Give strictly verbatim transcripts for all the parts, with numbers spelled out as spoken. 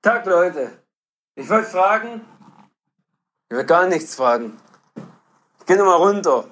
Tag, Leute. Ich wollte fragen. Ich will gar nichts fragen. Ich geh nochmal runter.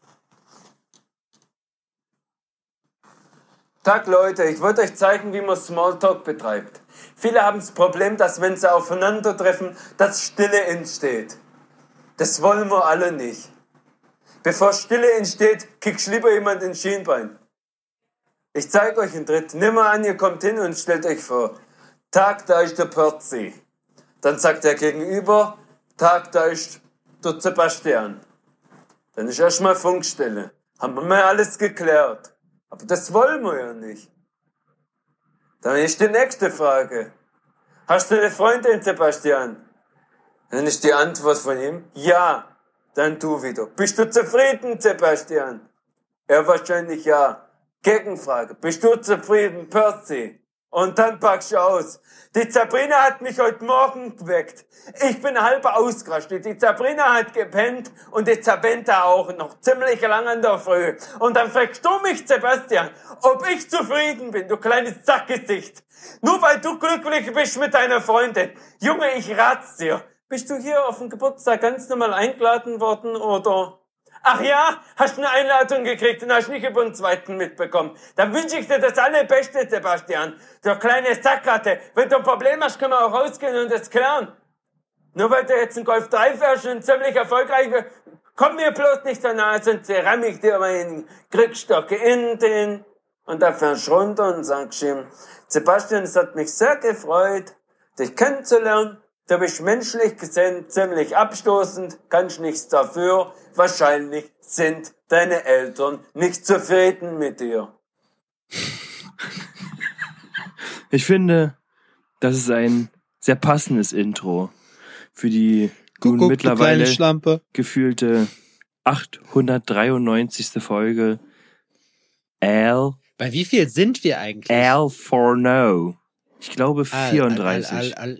Tag, Leute. Ich wollte euch zeigen, wie man Smalltalk betreibt. Viele haben das Problem, dass wenn sie aufeinandertreffen, dass Stille entsteht. Das wollen wir alle nicht. Bevor Stille entsteht, kickst lieber jemand ins Schienbein. Ich zeige euch einen Tritt. Nimm mal an, ihr kommt hin und stellt euch vor. Tag, da ist der Perzi. Dann sagt der Gegenüber, Tag, da ist der Sebastian. Dann ist erstmal Funkstelle. Haben wir mal alles geklärt. Aber das wollen wir ja nicht. Dann ist die nächste Frage. Hast du eine Freundin, Sebastian? Dann ist die Antwort von ihm, ja. Dann du wieder. Bist du zufrieden, Sebastian? Er wahrscheinlich ja. Gegenfrage. Bist du zufrieden, Percy? Und dann packst du aus. Die Sabrina hat mich heute Morgen geweckt. Ich bin halb ausgerastet. Die Sabrina hat gepennt und die Zabenta auch noch. Ziemlich lang an der Früh. Und dann fragst du mich, Sebastian, ob ich zufrieden bin, du kleines Sackgesicht. Nur weil du glücklich bist mit deiner Freundin. Junge, ich rat's dir. Bist du hier auf den Geburtstag ganz normal eingeladen worden, oder? Ach ja, hast eine Einladung gekriegt und hast nicht über den zweiten mitbekommen. Dann wünsche ich dir das Allerbeste, Sebastian. Der kleine Sackratte. Wenn du ein Problem hast, können wir auch rausgehen und das klären. Nur weil du jetzt einen Golf drei fährst und ziemlich erfolgreich wirst, komm mir bloß nicht so nahe, sonst ramm ich dir meinen Krückstock in den. Und dann fährst du runter und sagst ihm, Sebastian, es hat mich sehr gefreut, dich kennenzulernen. Du bist menschlich gesehen ziemlich abstoßend, kannst nichts dafür. Wahrscheinlich sind deine Eltern nicht zufrieden mit dir. Ich finde, das ist ein sehr passendes Intro für die Kuckuck, nun mittlerweile kleine Schlampe. gefühlte achthundertdreiundneunzigste Folge Al. Bei wie viel sind wir eigentlich? Al for No. Ich glaube vierunddreißig. Al, al, al, al.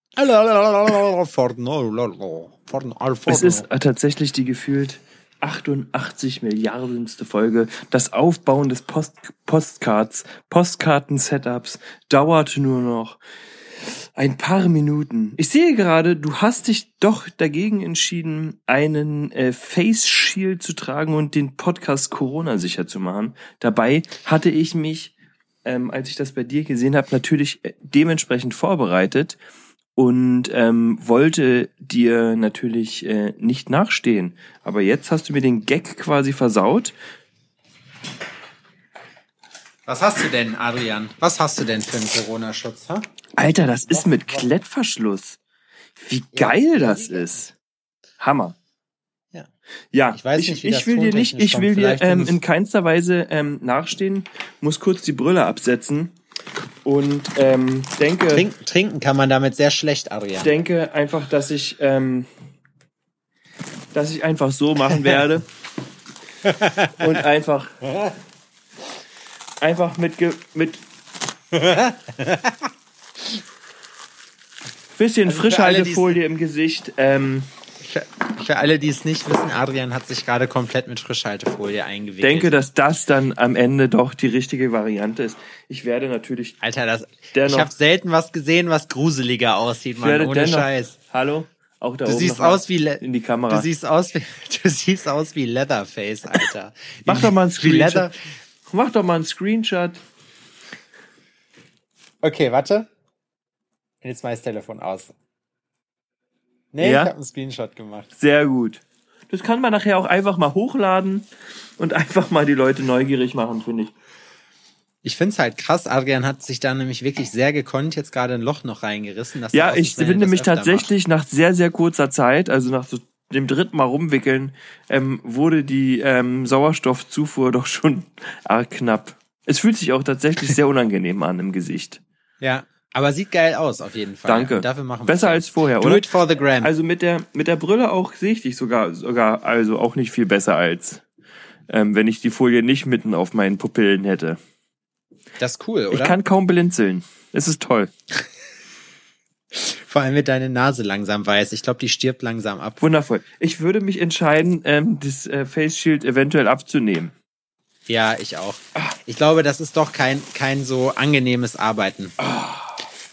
Es ist tatsächlich die gefühlt achtundachtzig Milliardenste Folge. Das Aufbauen des Post Postcards, Postkarten-Setups dauert nur noch ein paar Minuten. Ich sehe gerade, du hast dich doch dagegen entschieden, einen äh, Face Shield zu tragen und den Podcast Corona sicher zu machen. Dabei hatte ich mich, ähm, als ich das bei dir gesehen habe, natürlich äh, dementsprechend vorbereitet. Und ähm, wollte dir natürlich äh, nicht nachstehen. Aber jetzt hast du mir den Gag quasi versaut. Was hast du denn, Adrian? Was hast du denn für einen Corona-Schutz? Ha? Alter, das ist mit Klettverschluss. Wie geil ja, das ist. Hammer. Ja, ja ich, weiß ich, nicht, wie ich das will dir nicht, ich will dir ähm, in keinster Weise ähm, nachstehen. Muss kurz die Brille absetzen. Und ähm, denke... Trink, trinken kann man damit sehr schlecht, Adrian. denke einfach, dass ich ähm, dass ich einfach so machen werde. Und einfach einfach mit ge, mit bisschen also Frischhaltefolie im Gesicht. Ähm, für, für alle, die es nicht wissen, Adrian hat sich gerade komplett mit Frischhaltefolie eingewickelt. denke, dass das dann am Ende doch die richtige Variante ist. Ich werde natürlich... Alter, das, dennoch, ich habe selten was gesehen, was gruseliger aussieht, Mann, ohne dennoch, Scheiß. Hallo? Auch da Du oben siehst noch aus wie Le- in die Kamera. Du siehst aus wie du siehst aus wie Leatherface, Alter. Mach doch mal einen Wie Leather- Screenshot. Mach doch mal einen Screenshot. Okay, warte. Jetzt mal das Telefon aus. Nee, Ja? ich habe einen Screenshot gemacht. Sehr gut. Das kann man nachher auch einfach mal hochladen und einfach mal die Leute neugierig machen, finde ich. Ich find's halt krass, Adrian hat sich da nämlich wirklich sehr gekonnt jetzt gerade ein Loch noch reingerissen. Das Ja, sieht aus, ich als wenn er finde das mich öfter tatsächlich nach sehr, sehr kurzer Zeit, also nach so dem dritten Mal rumwickeln, ähm, wurde die ähm, Sauerstoffzufuhr doch schon arg knapp. Es fühlt sich auch tatsächlich sehr unangenehm an im Gesicht. macht. Ja, aber sieht geil aus auf jeden Fall. Danke. Und dafür machen Besser wir's. als vorher, Do oder? it for the gram. Also mit der mit der Brille auch sehe ich dich sogar sogar also auch nicht viel besser als ähm, wenn ich die Folie nicht mitten auf meinen Pupillen hätte. Das ist cool, oder? Ich kann kaum blinzeln. Es ist toll. Vor allem wird deine Nase langsam weiß. Ich glaube, die stirbt langsam ab. Wundervoll. Ich würde mich entscheiden, ähm, das äh, Face Shield eventuell abzunehmen. Ja, ich auch. Ich glaube, das ist doch kein kein so angenehmes Arbeiten.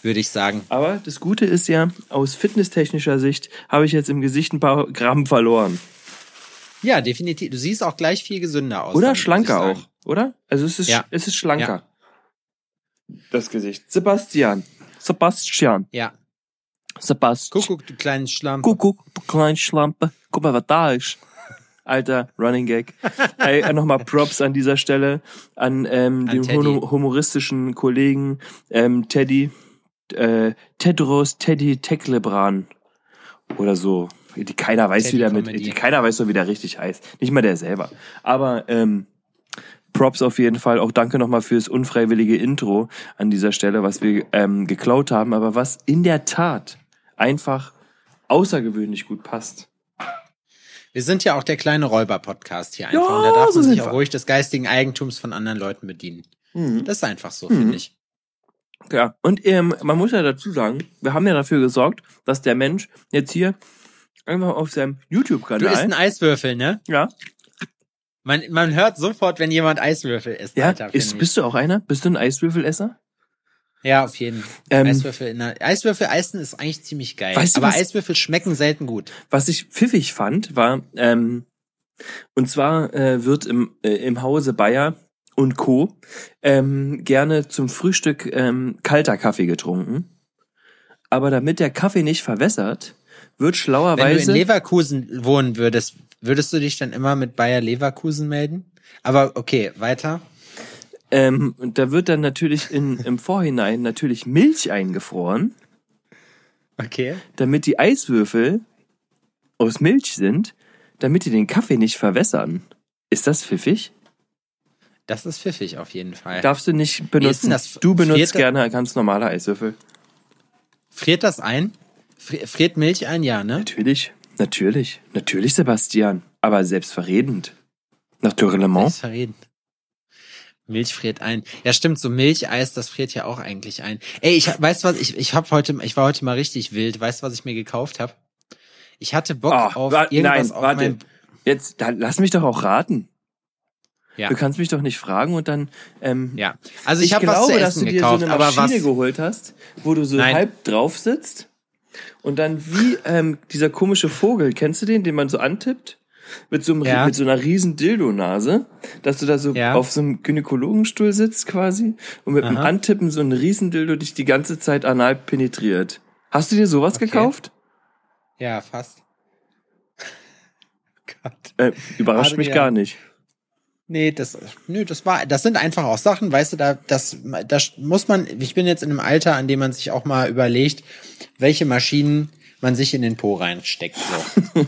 würde ich sagen. Aber das Gute ist ja, aus fitnesstechnischer Sicht habe ich jetzt im Gesicht ein paar Gramm verloren. Ja, definitiv. Du siehst auch gleich viel gesünder aus. Oder schlanker auch, oder? Also es ist, ja. es ist schlanker. Ja. Das Gesicht. Sebastian. Sebastian. Ja. Sebastian. Kuckuck, du kleine Schlampe. Kuckuck, du kleine Schlampe. Guck mal, was da ist. Alter, Running Gag. Ey, nochmal Props an dieser Stelle an, ähm, an den hum- humoristischen Kollegen ähm, Teddy, äh, Tedros Teddy Teklebran oder so. Die keiner weiß, wie der mit, die keiner weiß so, wie der richtig heißt. Nicht mal der selber. Aber ähm, Props auf jeden Fall. Auch danke nochmal fürs unfreiwillige Intro an dieser Stelle, was wir ähm, geklaut haben, aber was in der Tat einfach außergewöhnlich gut passt. Wir sind ja auch der kleine Räuber-Podcast hier einfach. Ja, und da darf man sich auch ruhig des geistigen Eigentums von anderen Leuten bedienen. Mhm. Das ist einfach so, mhm. finde ich. Ja, und ähm, man muss ja dazu sagen, wir haben ja dafür gesorgt, dass der Mensch jetzt hier einfach auf seinem YouTube-Kanal... Du isst einen Eiswürfel, ne? Ja. Man, man hört sofort, wenn jemand Eiswürfel isst. Ja, Alter, ist, bist du auch einer? Bist du ein Eiswürfelesser? Ja, auf jeden Fall. Ähm, Eiswürfel, in der, Eiswürfel essen ist eigentlich ziemlich geil. Weißt du, aber was, Eiswürfel schmecken selten gut. Was ich pfiffig fand, war, ähm, und zwar äh, wird im, äh, im Hause Bayer und Co. Ähm, gerne zum Frühstück ähm, kalter Kaffee getrunken. Aber damit der Kaffee nicht verwässert, wird schlauerweise... Wenn du in Leverkusen wohnen würdest, würdest du dich dann immer mit Bayer Leverkusen melden? Aber okay, weiter. Ähm, und da wird dann natürlich in, im Vorhinein natürlich Milch eingefroren. Okay. Damit die Eiswürfel aus Milch sind, damit die den Kaffee nicht verwässern. Ist das pfiffig? Das ist pfiffig auf jeden Fall. Darfst du nicht benutzen. Das, du benutzt gerne ganz normale Eiswürfel. Friert das ein? Friert Milch ein? Ja, ne? Natürlich, natürlich, natürlich, Sebastian. Aber selbstverredend. Naturellement. Selbstverredend. Milch friert ein. Ja, stimmt, so Milcheis, das friert ja auch eigentlich ein. Ey, ich weißt was, ich ich hab heute ich war heute mal richtig wild. Weißt du, was ich mir gekauft habe? Ich hatte Bock oh, auf wa- irgendwas nein, auf warte. meinem Jetzt dann lass mich doch auch raten. Ja. Du kannst mich doch nicht fragen und dann ähm, Ja. Also ich, ich habe was zu dass essen du dir gekauft, so eine aber Maschine was geholt hast, wo du so Nein. halb drauf sitzt und dann wie ähm, dieser komische Vogel, kennst du den, den man so antippt? Mit so, einem, ja. mit so einer riesen Dildo-Nase, dass du da so ja. auf so einem Gynäkologenstuhl sitzt quasi und mit Aha. dem Antippen so ein riesen Dildo dich die ganze Zeit anal penetriert. Hast du dir sowas okay. gekauft? Ja, fast. Gott. Äh, überrascht Adrian. mich gar nicht. Nee, das, nö, das war, das sind einfach auch Sachen, weißt du, da, das, das muss man, ich bin jetzt in einem Alter, an dem man sich auch mal überlegt, welche Maschinen man sich in den Po reinsteckt, so.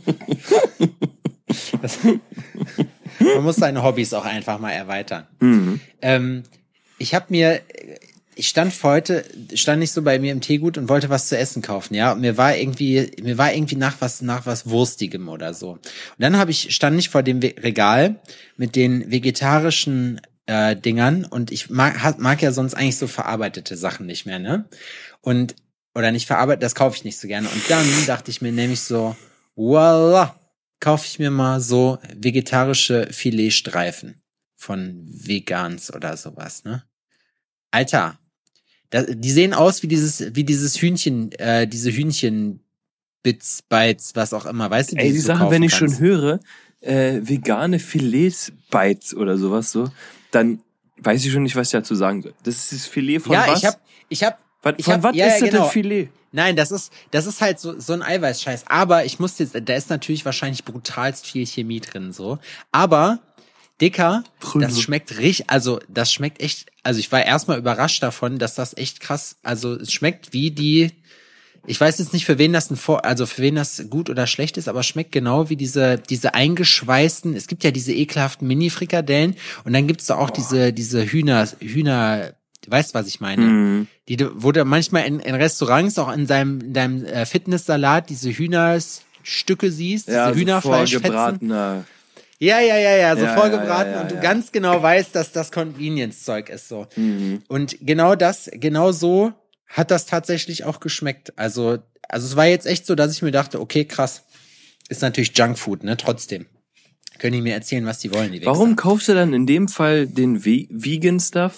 das, man muss seine Hobbys auch einfach mal erweitern. Mhm. Ähm, ich habe mir, ich stand heute, stand ich so bei mir im Teegut und wollte was zu essen kaufen, ja, und mir war irgendwie, mir war irgendwie nach was, nach was Wurstigem oder so. Und dann habe ich, stand ich vor dem Regal mit den vegetarischen äh, Dingern und ich mag, mag ja sonst eigentlich so verarbeitete Sachen nicht mehr, ne? Und, oder nicht verarbeitet, das kaufe ich nicht so gerne. Und dann dachte ich mir nämlich so, voila, kaufe ich mir mal so vegetarische Filetstreifen von Vegans oder sowas, ne? Alter, das, die sehen aus wie dieses, wie dieses Hühnchen, äh, diese Hühnchen-Bits, Bites, was auch immer, weißt du? Ey, die, die Sachen, wenn ich kannst. schon höre, äh, vegane Filets-Bites oder sowas so, dann weiß ich schon nicht, was ich dazu sagen soll. Das ist das Filet von ja, was? Ja, ich hab, ich hab, was, ich von hab, was ja, ist ja, das genau. denn Filet? Nein, das ist, das ist halt so, so ein Eiweißscheiß. Aber ich muss jetzt, da ist natürlich wahrscheinlich brutalst viel Chemie drin, so. Aber, Dicker, Frühe. Das schmeckt richtig, also, das schmeckt echt, also ich war erstmal überrascht davon, dass das echt krass, also es schmeckt wie die, ich weiß jetzt nicht, für wen das ein Vor, also für wen das gut oder schlecht ist, aber schmeckt genau wie diese, diese eingeschweißten, es gibt ja diese ekelhaften Mini-Frikadellen und dann gibt's da auch Boah. diese, diese Hühner, Hühner, du weißt, was ich meine, mhm. die du, wo du manchmal in, in Restaurants, auch in deinem, in deinem äh, Fitnesssalat diese Hühnerstücke siehst, ja, diese so Hühnerfleischfetzen. Ja, ja, ja, ja, so ja, vorgebraten ja, ja, ja, und du ja. ganz genau weißt, dass das Convenience-Zeug ist so. Mhm. Und genau das, genau so hat das tatsächlich auch geschmeckt. Also, also es war jetzt echt so, dass ich mir dachte, okay, krass, ist natürlich Junkfood, ne, trotzdem. Können die mir erzählen, was die wollen, die Warum kaufst du dann in dem Fall den Ve- Vegan-Stuff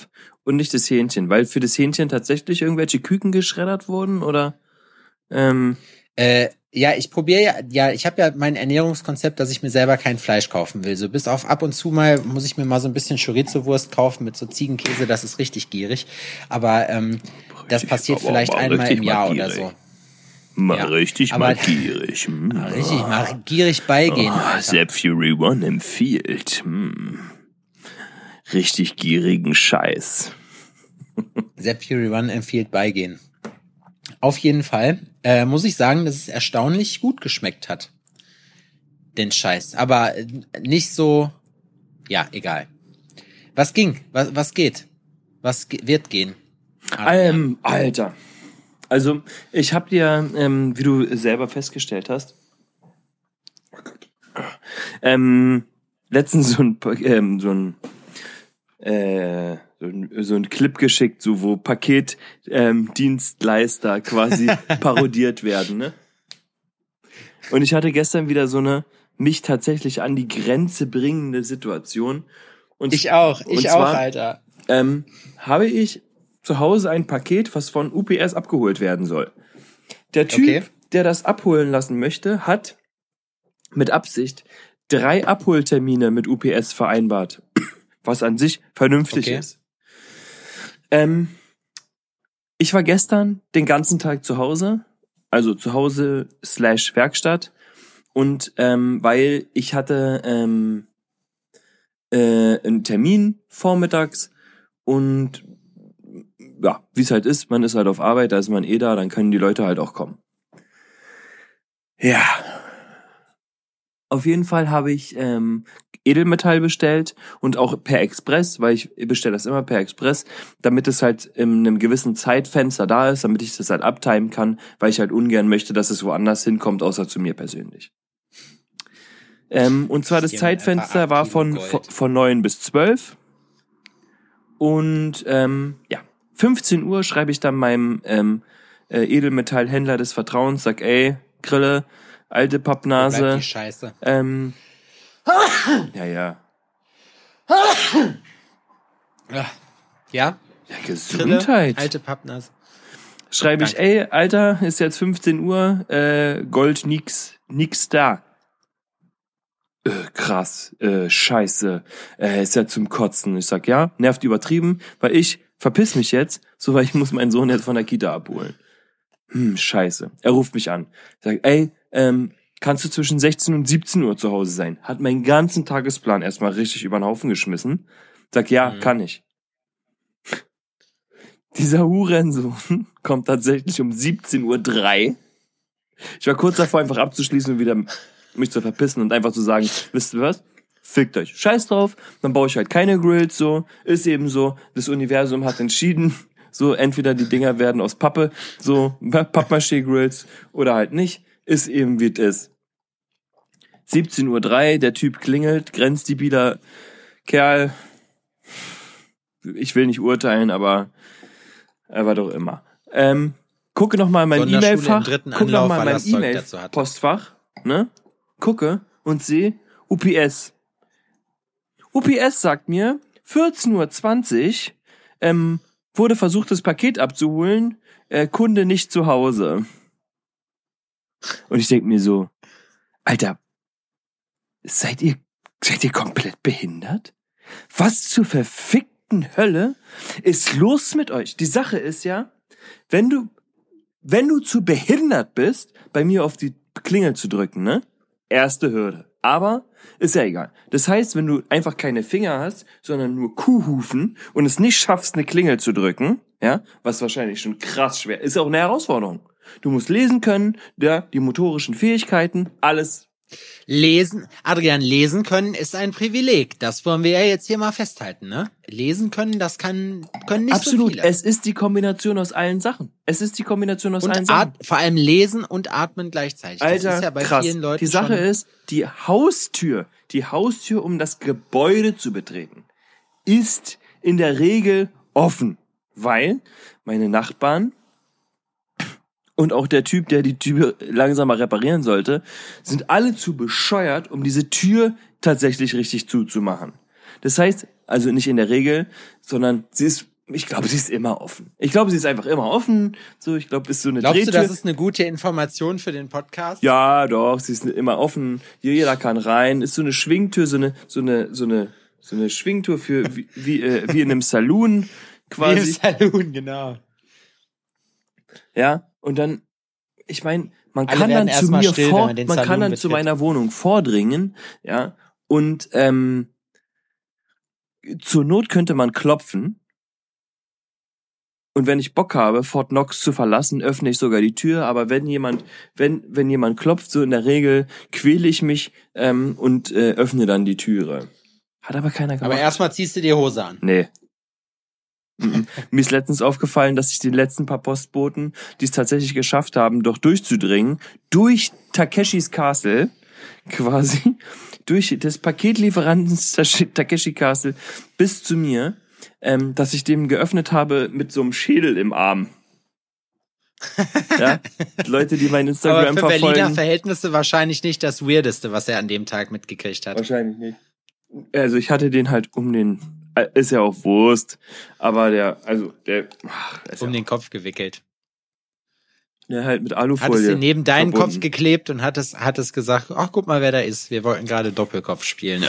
und nicht das Hähnchen, weil für das Hähnchen tatsächlich irgendwelche Küken geschreddert wurden, oder? Ähm, äh, ja, ich probiere ja, ja, ich habe ja mein Ernährungskonzept, dass ich mir selber kein Fleisch kaufen will. So bis auf ab und zu mal muss ich mir mal so ein bisschen Chorizo-Wurst kaufen mit so Ziegenkäse, das ist richtig gierig. Aber ähm, das passiert aber vielleicht mal einmal im Jahr gierig. oder so. Mal Ja, richtig aber- mal gierig. Hm. Mal richtig mal gierig beigehen. Oh, Alter. Sepp Fury One empfiehlt. Hm. Richtig gierigen Scheiß. Sepp Fury One empfiehlt beigehen. Auf jeden Fall äh, muss ich sagen, dass es erstaunlich gut geschmeckt hat. Den Scheiß. Aber äh, nicht so, ja, egal. Was ging? Was, was geht? Was ge- wird gehen? Ähm, Alter. Also, ich hab dir, ähm, wie du selber festgestellt hast, ähm, letztens so ein, ähm, so ein, äh, so ein, so ein Clip geschickt, so wo Paketdienstleister ähm, quasi parodiert werden, ne? Und ich hatte gestern wieder so eine mich tatsächlich an die Grenze bringende Situation. Und, Ich auch, ich und auch, zwar, Alter. Ähm, habe ich zu Hause ein Paket, was von U P S abgeholt werden soll. Der Typ, Okay. der das abholen lassen möchte, hat mit Absicht drei Abholtermine mit U P S vereinbart, was an sich vernünftig Okay. ist. Ähm, ich war gestern den ganzen Tag zu Hause, also zu Hause slash Werkstatt, und ähm, weil ich hatte ähm, äh, einen Termin vormittags und ja, wie es halt ist, man ist halt auf Arbeit, da ist man eh da, dann können die Leute halt auch kommen. Ja. Auf jeden Fall habe ich ähm, Edelmetall bestellt und auch per Express, weil ich bestelle das immer per Express, damit es halt in einem gewissen Zeitfenster da ist, damit ich das halt abtimen kann, weil ich halt ungern möchte, dass es woanders hinkommt, außer zu mir persönlich. Ähm, und zwar das Die haben einfach Zeitfenster acht war Kilo von, Gold. von, von neun bis zwölf. Und ähm, ja, fünfzehn Uhr schreibe ich dann meinem ähm, äh, Edelmetallhändler des Vertrauens, sag, ey, Grille, alte Wo bleibt Pappnase, die Scheiße? ähm, ja, ja, Ja? ja, Grille, Gesundheit. alte Pappnase. Schreibe ich, ey, Alter, ist jetzt fünfzehn Uhr, äh, Gold nix, nix da. Äh, krass, äh, scheiße, äh, ist ja zum Kotzen. Ich sag, ja, nervt übertrieben, weil ich verpiss mich jetzt, so weil ich muss meinen Sohn jetzt von der Kita abholen. Hm, scheiße. Er ruft mich an. Ich sag, ey, ähm, kannst du zwischen sechzehn und siebzehn Uhr zu Hause sein? Hat meinen ganzen Tagesplan erstmal richtig über den Haufen geschmissen. Sag, ja, Mhm. kann ich. Dieser Hurensohn kommt tatsächlich um siebzehn Uhr drei. Ich war kurz davor, einfach abzuschließen und wieder mich zu verpissen und einfach zu sagen, wisst ihr was? Fickt euch. Scheiß drauf, dann baue ich halt keine Grills, so. Ist eben so, das Universum hat entschieden, so, entweder die Dinger werden aus Pappe, so, Pappmaché-Grills, oder halt nicht. Ist eben, wie es ist. siebzehn Uhr drei, der Typ klingelt, grenzdebiler Kerl. Ich will nicht urteilen, aber er war doch immer. Ähm, gucke noch mal in mein Sonderschule im E-Mail-Fach, dritten gucke noch Anlauf, mal in weil mein das Zeug dazu hatte. E-Mail-Postfach, ne? Gucke und sehe U P S. U P S sagt mir, vierzehn Uhr zwanzig, ähm, wurde versucht, das Paket abzuholen, äh, Kunde nicht zu Hause. Und ich denk mir so, Alter, seid ihr, seid ihr komplett behindert? Was zur verfickten Hölle ist los mit euch? Die Sache ist ja, wenn du, wenn du zu behindert bist, bei mir auf die Klingel zu drücken, ne? Erste Hürde. Aber ist ja egal. Das heißt, wenn du einfach keine Finger hast, sondern nur Kuhhufen und es nicht schaffst, eine Klingel zu drücken, ja, was wahrscheinlich schon krass schwer ist, auch eine Herausforderung. Du musst lesen können, ja, die motorischen Fähigkeiten, alles. Lesen, Adrian, lesen können ist ein Privileg. Das wollen wir ja jetzt hier mal festhalten, ne? Lesen können, das kann, können nicht Absolut. so viele. Es ist die Kombination aus allen Sachen. Es ist die Kombination aus allen Und Sachen. At- vor allem lesen und atmen gleichzeitig. Alter, das ist ja bei krass. vielen Leuten Die Sache schon ist, die Haustür, die Haustür, um das Gebäude zu betreten, ist in der Regel offen, weil meine Nachbarn und auch der Typ, der die Tür langsam mal reparieren sollte, sind alle zu bescheuert, um diese Tür tatsächlich richtig zuzumachen. Das heißt, also nicht in der Regel, sondern sie ist Ich glaube, sie ist immer offen. Ich glaube, sie ist einfach immer offen. So, ich glaube, ist so eine Glaubst Drehtür. du, das ist eine gute Information für den Podcast? Ja, doch, sie ist immer offen. Jeder kann rein. Ist so eine Schwingtür, so eine, so eine, so eine, so eine Schwingtür für wie, wie, äh, wie in einem Saloon quasi. Wie im Saloon, genau. Ja, und dann, ich meine, man Alle kann dann werden zu erst mir mal still, vor, wenn man, man den kann Saloon dann betritt. zu meiner Wohnung vordringen, ja, und ähm, zur Not könnte man klopfen. Und wenn ich Bock habe, Fort Knox zu verlassen, öffne ich sogar die Tür. Aber wenn jemand, wenn wenn jemand klopft, so in der Regel quäle ich mich ähm, und äh, öffne dann die Türe. Hat aber keiner gemacht. Aber erstmal ziehst du die Hose an. Nee. Mhm. Mir ist letztens aufgefallen, dass ich die letzten paar Postboten, die es tatsächlich geschafft haben, doch durchzudringen, durch Takeshis Castle, quasi, durch das Paketlieferanten Takeshi Castle bis zu mir, ähm, dass ich dem geöffnet habe mit so einem Schädel im Arm. Ja, Leute, die mein Instagram Aber für verfolgen. Berliner Verhältnisse wahrscheinlich nicht das Weirdeste, was er an dem Tag mitgekriegt hat. Wahrscheinlich nicht. Also ich hatte den halt um den, ist ja auch Wurst, aber der, also der, ach, ist Um ja den Kopf gewickelt. der halt mit Alufolie. Hat es dir neben deinen verbunden. Kopf geklebt und hat es, hat es gesagt, ach, guck mal, wer da ist. Wir wollten gerade Doppelkopf spielen.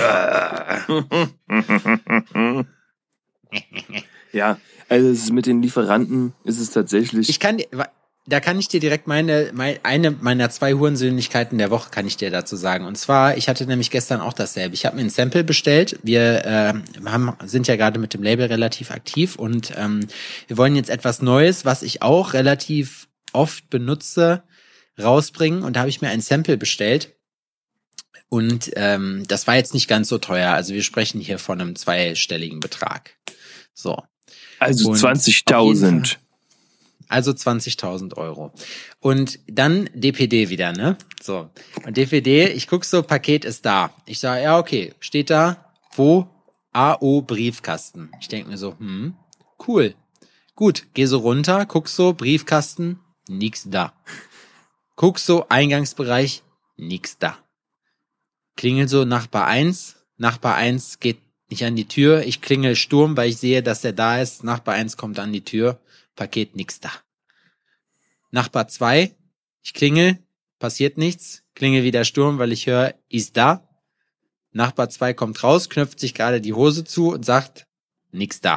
Ja, also es ist mit den Lieferanten ist es tatsächlich. Ich kann, da kann ich dir direkt meine, meine eine meiner zwei Hurensöhnlichkeiten der Woche kann ich dir dazu sagen. Und zwar, ich hatte nämlich gestern auch dasselbe. Ich habe mir ein Sample bestellt. Wir äh, haben, sind ja gerade mit dem Label relativ aktiv und ähm, wir wollen jetzt etwas Neues, was ich auch relativ oft benutze, rausbringen. Und da habe ich mir ein Sample bestellt. Und ähm, das war jetzt nicht ganz so teuer. Also wir sprechen hier von einem zweistelligen Betrag. So. Also zwanzigtausend. Also zwanzigtausend Euro. Und dann D P D wieder, ne? So. Und D P D, ich guck so, Paket ist da. Ich sage, ja, okay, steht da, wo? A O Briefkasten. Ich denke mir so, hm, cool. Gut, geh so runter, guck so, Briefkasten, nix da. Guck so, Eingangsbereich, nix da. Klingel so, Nachbar eins, Nachbar eins geht nicht an die Tür. Ich klingel Sturm, weil ich sehe, dass er da ist. Nachbar eins kommt an die Tür. Paket, nix da. Nachbar zwei, ich klingel, passiert nichts. Klingel wieder Sturm, weil ich höre, ist da. Nachbar zwei kommt raus, knöpft sich gerade die Hose zu und sagt, nix da.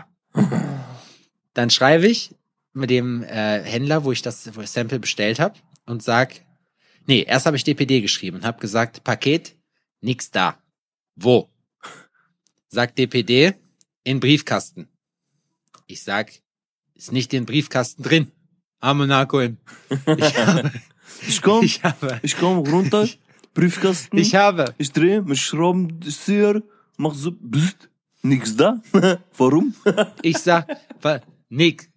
Dann schreibe ich mit dem äh, Händler, wo ich das, wo ich das Sample bestellt habe und sag, nee, erst habe ich D P D geschrieben und habe gesagt, Paket, nix da. Wo? Sagt D P D, in Briefkasten. Ich sag, ist nicht in Briefkasten drin. Ah, Monaco. Ich habe, Ich komm, ich habe, ich komm runter, Briefkasten, ich habe, ich dreh, mit Schrauben, sehr, mach so, bzzt, nix da. Warum? ich sag, nix.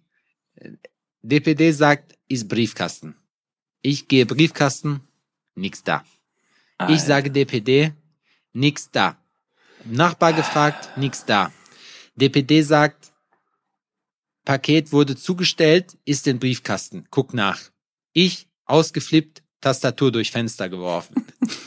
D P D sagt, ist Briefkasten. Ich gehe Briefkasten, nix da. Alter. Ich sage D P D, nix da. Nachbar gefragt, nix da. D P D sagt, Paket wurde zugestellt, ist in Briefkasten. Guck nach. Ich, ausgeflippt, Tastatur durch Fenster geworfen.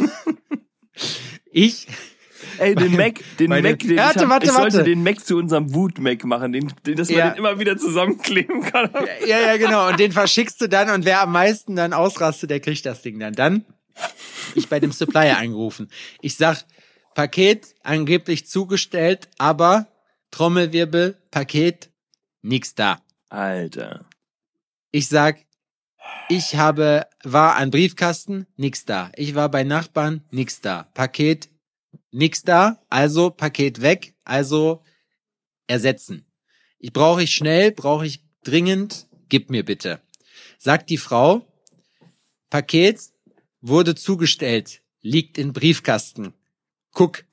ich... Ey, den Mac, den meine, Mac, den warte, ich, hab, warte, ich sollte warte. den Mac zu unserem Wut-Mac machen, den, den, dass man Ja. den immer wieder zusammenkleben kann. Ja, ja, genau. Und den verschickst du dann und wer am meisten dann ausrastet, der kriegt das Ding dann. Dann ich bei dem Supplier angerufen. Ich sag, Paket angeblich zugestellt, aber Trommelwirbel, Paket, nix da. Alter. Ich sag, ich habe, war an Briefkasten, nix da. Ich war bei Nachbarn, nix da. Paket, nix da. Also Paket weg, also ersetzen. Ich brauche ich schnell, brauche ich dringend, gib mir bitte. Sagt die Frau, Paket wurde zugestellt, liegt in Briefkasten. Guck.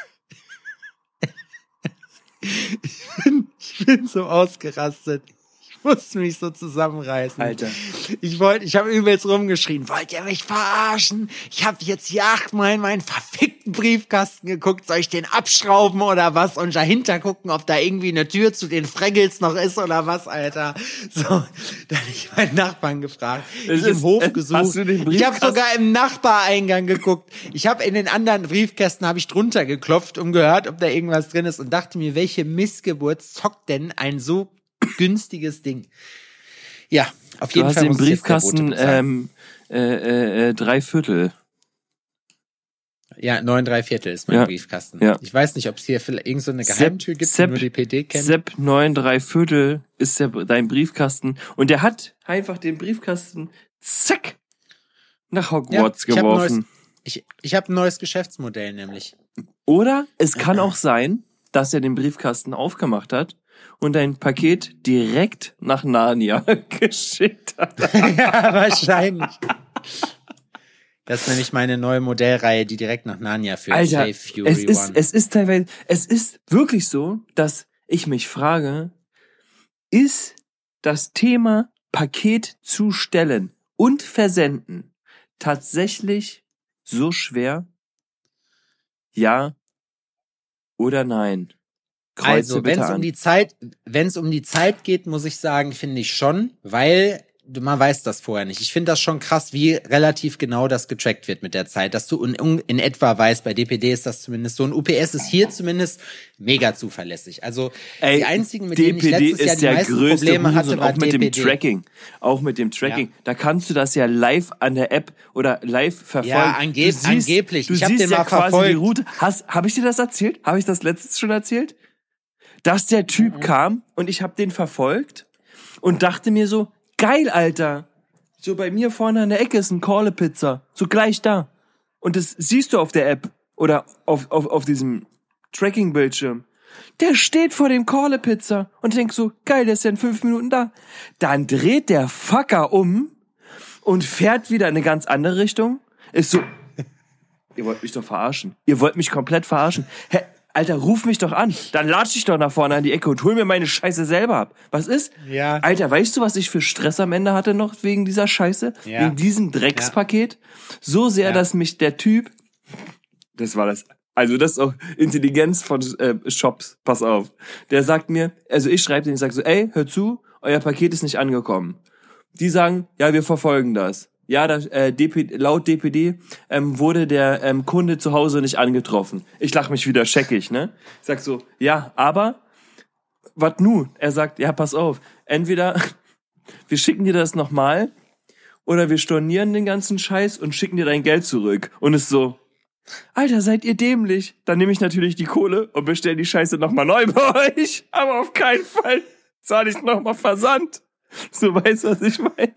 ich, bin, ich bin so ausgerastet. Ich musste mich so zusammenreißen. Alter. Ich wollte, ich habe übelst rumgeschrien. Wollt ihr mich verarschen? Ich habe jetzt hier achtmal in meinen verfickten Briefkasten geguckt. Soll ich den abschrauben oder was? Und dahinter gucken, ob da irgendwie eine Tür zu den Fraggles noch ist oder was, Alter. So, dann habe ich meinen Nachbarn gefragt. Es ich ist, im Hof äh, gesucht. hast du den Ich habe Briefkasten- sogar im Nachbareingang geguckt. Ich habe in den anderen Briefkästen habe ich drunter geklopft, um gehört, ob da irgendwas drin ist und dachte mir, welche Missgeburt zockt denn ein so günstiges Ding? Ja, auf jeden du hast Fall den muss ich jetzt der Bote Briefkasten bezahlen. ähm, äh, äh, drei Viertel. Ja, neun drei Viertel ist mein Ja. Briefkasten. Ja. Ich weiß nicht, ob es hier vielleicht irgend so eine Geheimtür gibt, die Sepp, nur die P D kennt. Sepp neun drei Viertel ist der, dein Briefkasten. Und der hat einfach den Briefkasten, zack, nach Hogwarts Ja, ich hab ein geworfen. neues- Ich, ich habe ein neues Geschäftsmodell nämlich. Oder es kann auch sein, dass er den Briefkasten aufgemacht hat und ein Paket direkt nach Narnia geschickt hat. Ja, wahrscheinlich. Das ist nämlich meine neue Modellreihe, die direkt nach Narnia führt. Alter, Save Fury es ist, One. es ist teilweise, es ist wirklich so, dass ich mich frage, ist das Thema Paket zustellen und versenden tatsächlich so schwer? Ja oder nein? Kreuze Also, wenn bitte es um an. die Zeit, wenn es um die Zeit geht, muss ich sagen, finde ich schon, weil du, man weiß das vorher nicht. Ich finde das schon krass, wie relativ genau das getrackt wird mit der Zeit, dass du in, in etwa weißt, bei D P D ist das zumindest so, ein U P S ist hier zumindest mega zuverlässig. Also Ey, die einzigen, mit D denen ich P D letztes Jahr ist die der meisten größte Probleme hatte, Hurensohn, war auch mit D P D. dem Tracking. Auch mit dem Tracking. Ja. Da kannst du das ja live an der App oder live verfolgen. Ja, angeb- Du siehst- angeblich. Du Ich hab siehst den ja mal quasi verfolgt. die Route. Hast, hab ich dir das erzählt? Habe ich das letztes schon erzählt? Dass der Typ Mhm. kam und ich habe den verfolgt und dachte mir so, geil, Alter. So bei mir vorne an der Ecke ist ein Corle-Pizza. So gleich da. Und das siehst du auf der App oder auf, auf, auf diesem Tracking-Bildschirm. Der steht vor dem Corle-Pizza und denkt so, geil, der ist ja in fünf Minuten da. Dann dreht der Fucker um und fährt wieder in eine ganz andere Richtung. Ist so, ihr wollt mich doch verarschen. Ihr wollt mich komplett verarschen. Hä, Alter, ruf mich doch an. Dann latsch ich doch nach vorne an die Ecke und hol mir meine Scheiße selber ab. Was ist? Ja. Alter, weißt du, was ich für Stress am Ende hatte noch wegen dieser Scheiße? Ja. Wegen diesem Dreckspaket? So sehr, Ja. dass mich der Typ, das war das, also das ist auch Intelligenz von äh, Shops, pass auf. Der sagt mir, also ich schreibe den, ich sag so, ey, hör zu, euer Paket ist nicht angekommen. Die sagen, ja, wir verfolgen das. Ja, das, äh, D P, laut D P D ähm, wurde der ähm, Kunde zu Hause nicht angetroffen. Ich lach mich wieder scheckig, ne? Ich sag so, ja, aber, was nun? Er sagt, ja, pass auf, entweder wir schicken dir das nochmal oder wir stornieren den ganzen Scheiß und schicken dir dein Geld zurück. Und ist so, Alter, seid ihr dämlich? Dann nehme ich natürlich die Kohle und bestell die Scheiße nochmal neu bei euch. Aber auf keinen Fall zahle ich nochmal Versand. So, weißt du, was ich meine?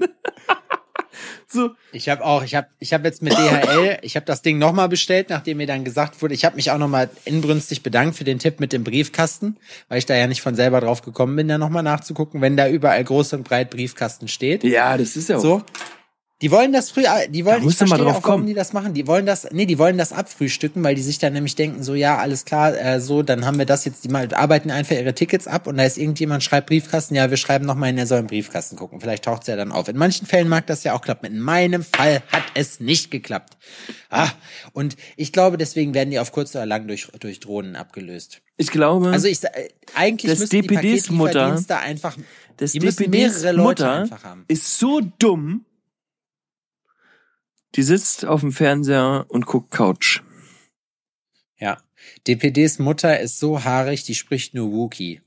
So. Ich habe auch, ich habe ich hab jetzt mit D H L, ich habe das Ding nochmal bestellt, nachdem mir dann gesagt wurde, ich habe mich auch nochmal inbrünstig bedankt für den Tipp mit dem Briefkasten, weil ich da ja nicht von selber drauf gekommen bin, da nochmal nachzugucken, wenn da überall groß und breit Briefkasten steht. Ja, das ist ja auch. So. Die wollen das früh, die wollen, Da musst ich du mal verstehe drauf auch, warum kommen. die das machen. Die wollen das, nee, die wollen das abfrühstücken, weil die sich dann nämlich denken, so, ja, alles klar, äh, so, dann haben wir das jetzt, die mal arbeiten einfach ihre Tickets ab und da ist irgendjemand, schreibt Briefkasten, ja, wir schreiben nochmal, er soll im Briefkasten gucken. Vielleicht taucht's ja dann auf. In manchen Fällen mag das ja auch klappen. In meinem Fall hat es nicht geklappt. Ah, und ich glaube, deswegen werden die auf kurz oder lang durch, durch Drohnen abgelöst. Ich glaube, Also ich, äh, eigentlich Das müssten die D P Ds Mutter- Paketlieferdienste einfach, das die D müssen P Ds mehrere Leute Mutter einfach haben. ist so dumm. Die sitzt auf dem Fernseher und guckt Couch. Ja. D P Ds Mutter ist so haarig, die spricht nur Wookie.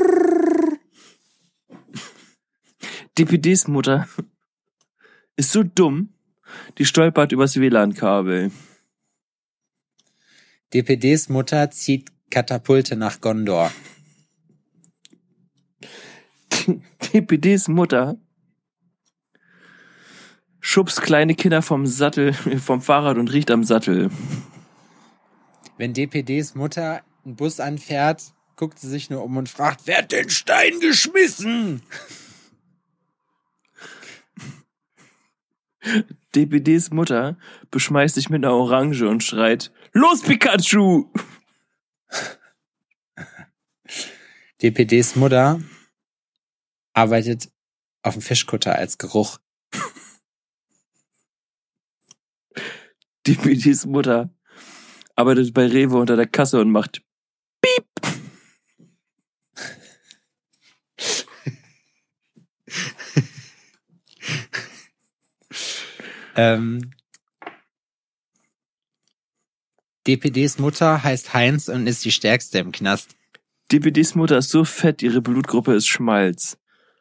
D P Ds Mutter ist so dumm, die stolpert übers W L A N-Kabel. D P Ds Mutter zieht Katapulte nach Gondor. D P Ds Mutter schubst kleine Kinder vom Sattel, vom Fahrrad und riecht am Sattel. Wenn D P Ds Mutter einen Bus anfährt, guckt sie sich nur um und fragt, wer hat den Stein geschmissen? D P Ds Mutter beschmeißt sich mit einer Orange und schreit, los Pikachu! D P Ds Mutter arbeitet auf dem Fischkutter als Geruch. D P Ds Mutter arbeitet bei Rewe unter der Kasse und macht Piep. ähm, D P Ds Mutter heißt Heinz und ist die stärkste im Knast. D P Ds Mutter ist so fett, ihre Blutgruppe ist Schmalz.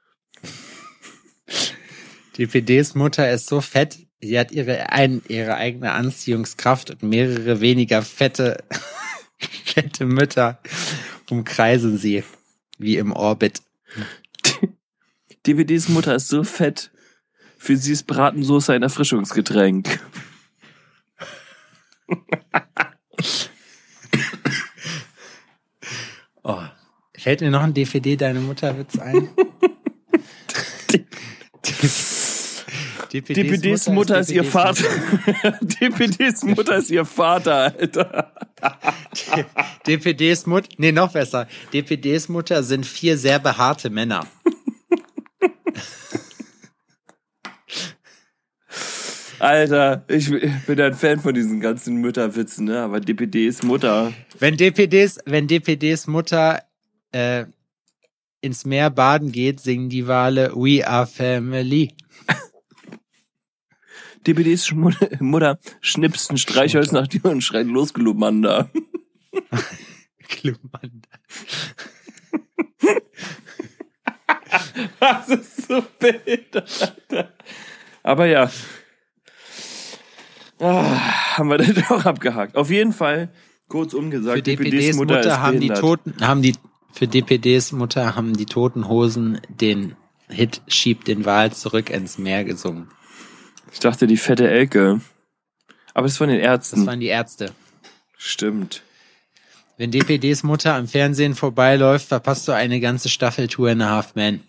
D P Ds Mutter ist so fett, sie hat ihre, ein, ihre eigene Anziehungskraft und mehrere weniger fette, fette Mütter umkreisen sie, wie im Orbit. D P Ds Mutter ist so fett, für sie ist Bratensoße ein Erfrischungsgetränk. Oh, fällt mir noch ein D P D deine Mutterwitz ein? D P Ds Mutter ist ihr Vater. D P Ds Mutter ist ihr Vater, Alter. D P Ds Mutter, nee, noch besser. D P Ds Mutter sind vier sehr behaarte Männer. Alter, ich bin ein Fan von diesen ganzen Mütterwitzen, ne? Aber D P Ds Mutter. Wenn D P Ds, wenn D P Ds Mutter äh, ins Meer baden geht, singen die Wale We are family. D P Ds Mutter schnipst ein Streichholz nach dir und schreit los, Glumanda. Glumanda. Das ist so behindert, Alter. Aber ja. Ah, haben wir das auch abgehakt. Auf jeden Fall, kurzum gesagt, für D P Ds Mutter, Mutter haben die Toten, haben die, für D P Ds Mutter haben die Toten Hosen den Hit Schiebt den Wal zurück ins Meer gesungen. Ich dachte, die fette Elke. Aber das waren den Ärzten. Das waren die Ärzte. Stimmt. Wenn D P Ds Mutter am Fernsehen vorbeiläuft, verpasst du eine ganze Staffel Two and a Half Men.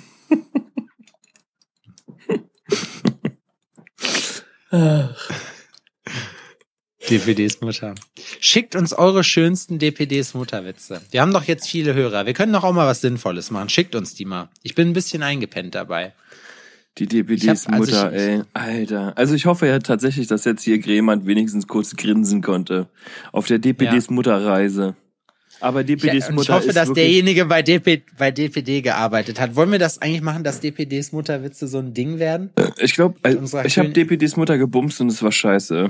D P Ds Mutter. Schickt uns eure schönsten D P Ds Mutterwitze. Wir haben doch jetzt viele Hörer. Wir können doch auch mal was Sinnvolles machen. Schickt uns die mal. Ich bin ein bisschen eingepennt dabei. Die D P Ds hab, Mutter, also ich, ey. Alter. Also ich hoffe ja tatsächlich, dass jetzt hier Gremand wenigstens kurz grinsen konnte. Auf der D P Ds ja. Mutterreise. Aber D P Ds ich, Mutter ich hoffe, ist dass wirklich derjenige bei, D P, bei D P D gearbeitet hat. Wollen wir das eigentlich machen, dass D P Ds Mutterwitze so ein Ding werden? Ich glaube, ich habe D P Ds Mutter gebumst und es war scheiße.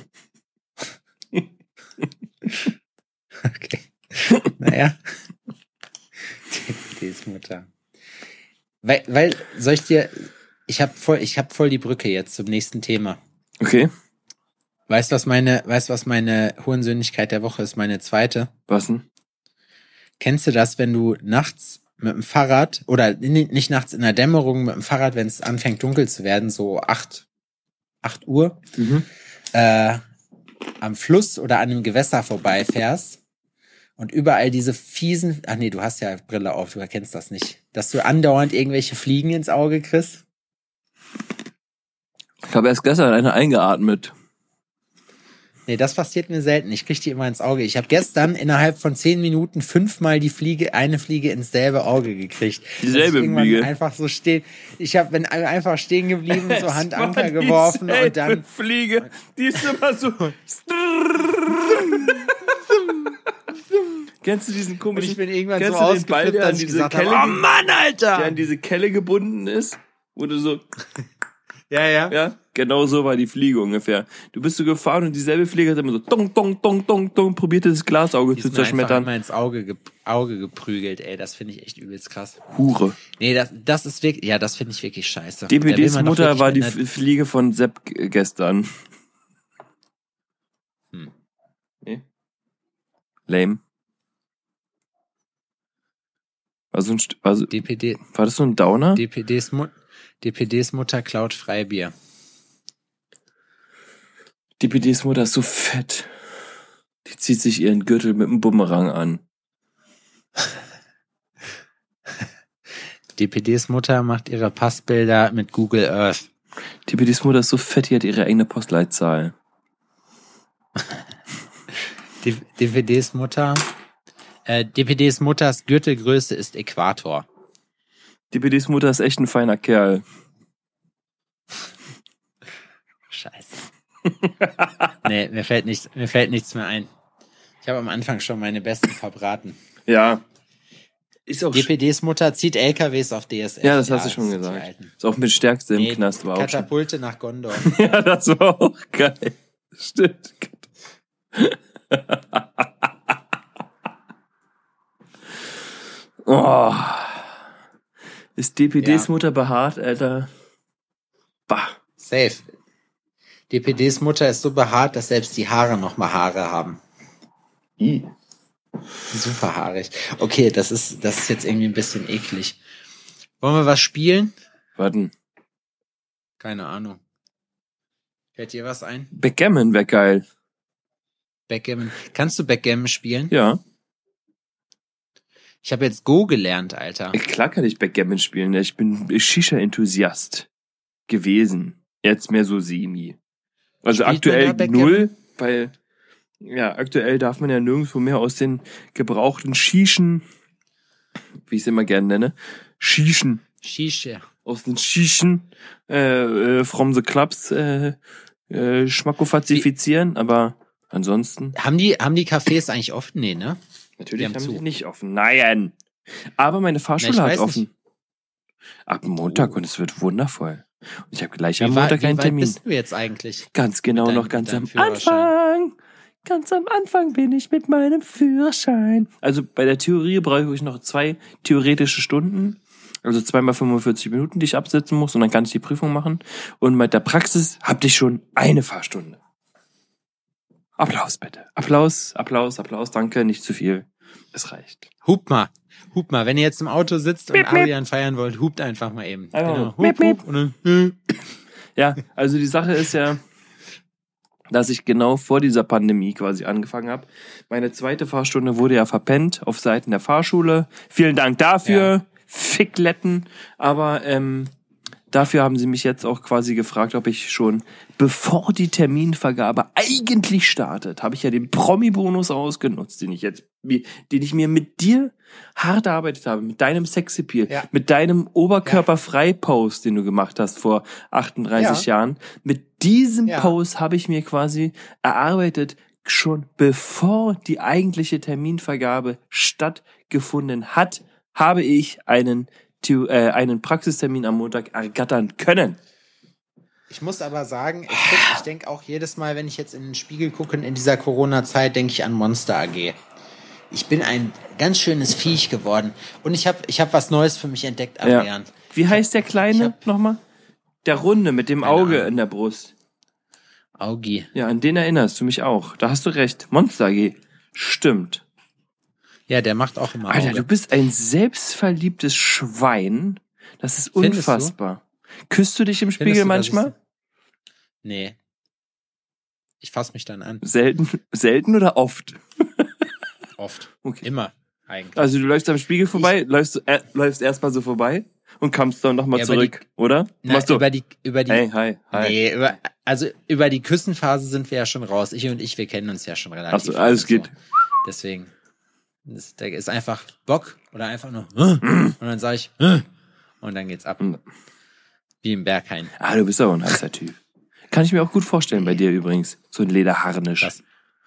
Okay. Naja. D P Ds Mutter. Weil, weil, soll ich dir, ich habe voll, ich habe voll die Brücke jetzt zum nächsten Thema. Okay. Weißt du, was meine, weißt du, was meine Hurensöhnlichkeit der Woche ist? Meine zweite. Was denn? Kennst du das, wenn du nachts mit dem Fahrrad, oder nicht nachts in der Dämmerung mit dem Fahrrad, wenn es anfängt dunkel zu werden, so acht, acht Uhr, mhm. äh, am Fluss oder an einem Gewässer vorbeifährst und überall diese fiesen, ach nee, du hast ja Brille auf, du erkennst das nicht, dass du andauernd irgendwelche Fliegen ins Auge kriegst? Ich habe erst gestern eine eingeatmet. Nee, das passiert mir selten. Ich krieg die immer ins Auge. Ich habe gestern innerhalb von zehn Minuten fünfmal die Fliege, eine Fliege ins selbe Auge gekriegt. Dieselbe Fliege? Einfach so stehen. Ich habe bin einfach stehen geblieben, so Handanker geworfen und dann Fliege, die ist immer so. Kennst du diesen komischen? Und ich bin irgendwann kennst so du den Ball, der an diese Kelle, habe, oh Mann, Alter, der an diese Kelle gebunden ist, wo du so. Ja, ja. Ja, genau so war die Fliege ungefähr. Du bist so gefahren und dieselbe Fliege hat immer so dong, dong, dong, dong, dong, probiert das Glasauge die zu zerschmettern. Die ist mir ins Auge, ge- Auge geprügelt, ey. Das finde ich echt übelst krass. Hure. Nee, das, das ist wirklich, ja, das finde ich wirklich scheiße. D P Ds Mutter war die Fliege von Sepp gestern. Hm. Nee. Lame. War, so ein, war, so, D P D, war das so ein Downer? D P Ds Mutter. D P Ds Mutter klaut Freibier. D P Ds Mutter ist so fett. Die zieht sich ihren Gürtel mit einem Bumerang an. D P Ds Mutter macht ihre Passbilder mit Google Earth. D P Ds Mutter ist so fett, die hat ihre eigene Postleitzahl. D P Ds Mutter, äh, D P Ds Mutters Gürtelgröße ist Äquator. D P Ds Mutter ist echt ein feiner Kerl. Scheiße. Nee, mir fällt nichts, mir fällt nichts mehr ein. Ich habe am Anfang schon meine besten verbraten. Ja. Ist auch D P Ds Mutter zieht L K Ws auf D S F. Ja, das hast du schon gesagt. Ist auch mit Stärkste nee, im Knast war auch Katapulte nach Gondor. Ja, das war auch geil. Stimmt. Oh. Ist D P Ds ja. Mutter behaart, Alter? Bah. Safe. D P Ds Mutter ist so behaart, dass selbst die Haare noch mal Haare haben. I. Super haarig. Okay, das ist, das ist jetzt irgendwie ein bisschen eklig. Wollen wir was spielen? Warten. Keine Ahnung. Fällt dir was ein? Backgammon wäre geil. Backgammon. Kannst du Backgammon spielen? Ja. Ich habe jetzt Go gelernt, Alter. Klar kann ich Backgammon spielen. Ich bin Shisha-Enthusiast gewesen. Jetzt mehr so semi. Also Spielt aktuell null, weil ja, aktuell darf man ja nirgendwo mehr aus den gebrauchten Shischen, wie ich es immer gerne nenne, Shischen. Shisha. Aus den Shischen äh, äh, from the clubs äh, äh, schmackofazifizieren, aber ansonsten... Haben die, haben die Cafés eigentlich offen? Nee, ne? Natürlich die haben, haben die nicht offen. Nein. Aber meine Fahrschule Na, hat offen. Nicht. Ab Montag oh. und es wird wundervoll. Und ich habe gleich wie am Montag war, einen Termin. Wie weit bist du jetzt eigentlich? Ganz genau, deinem, noch ganz am Anfang. Ganz am Anfang bin ich mit meinem Führerschein. Also bei der Theorie brauche ich noch zwei theoretische Stunden. Also zweimal fünfundvierzig Minuten, die ich absetzen muss. Und dann kann ich die Prüfung machen. Und mit der Praxis habe ich schon eine Fahrstunde. Applaus bitte. Applaus, Applaus, Applaus. Danke, nicht zu viel. Es reicht. Hupt mal. Hupt mal. Wenn ihr jetzt im Auto sitzt und Adrian feiern wollt, hupt einfach mal eben. Oh. Genau. Hup, hup. Und dann, ja, also die Sache ist ja, dass ich genau vor dieser Pandemie quasi angefangen habe. Meine zweite Fahrstunde wurde ja verpennt auf Seiten der Fahrschule. Vielen Dank dafür. Ja. Fickletten. Aber ähm, dafür haben sie mich jetzt auch quasi gefragt, ob ich schon, bevor die Terminvergabe eigentlich startet, habe ich ja den Promi-Bonus ausgenutzt, den ich jetzt, den ich mir mit dir hart erarbeitet habe, mit deinem Sexappeal, ja. mit deinem Oberkörperfrei-Post, den du gemacht hast vor achtunddreißig ja. Jahren. Mit diesem ja. Post habe ich mir quasi erarbeitet, schon bevor die eigentliche Terminvergabe stattgefunden hat, habe ich einen äh, einen Praxistermin am Montag ergattern können. Ich muss aber sagen, ich, ich denke auch jedes Mal, wenn ich jetzt in den Spiegel gucke in dieser Corona-Zeit, denke ich an Monster A G. Ich bin ein ganz schönes Viech geworden. Und ich habe ich hab was Neues für mich entdeckt, Adrian. Ja. Wie heißt der Kleine hab, nochmal? Der Runde mit dem Auge Ahnung. in der Brust. Augi. Ja, an den erinnerst du mich auch. Da hast du recht. Monster A G. Stimmt. Ja, der macht auch immer Alter, Auge. du bist ein selbstverliebtes Schwein. Das ist unfassbar. Küsst du dich im Spiegel du, manchmal? Nee. Ich fass mich dann an. Selten, selten oder oft? Oft. Okay. Immer, eigentlich. Also du läufst am Spiegel vorbei, ich, läufst, äh, läufst erstmal so vorbei und kommst dann nochmal ja, zurück, die, oder? Na, Machst du? Über die, über die, hey, hi, hi. Nee, über, also über die Küssenphase sind wir ja schon raus. Ich und ich, wir kennen uns ja schon relativ. Ach so, alles so. geht. Deswegen. Das, der ist einfach Bock oder einfach nur und dann sage ich und dann geht's ab. Wie im Berghain. Ah, du bist aber ein heißer Typ. Kann ich mir auch gut vorstellen bei dir übrigens. So ein Lederharnisch. Was?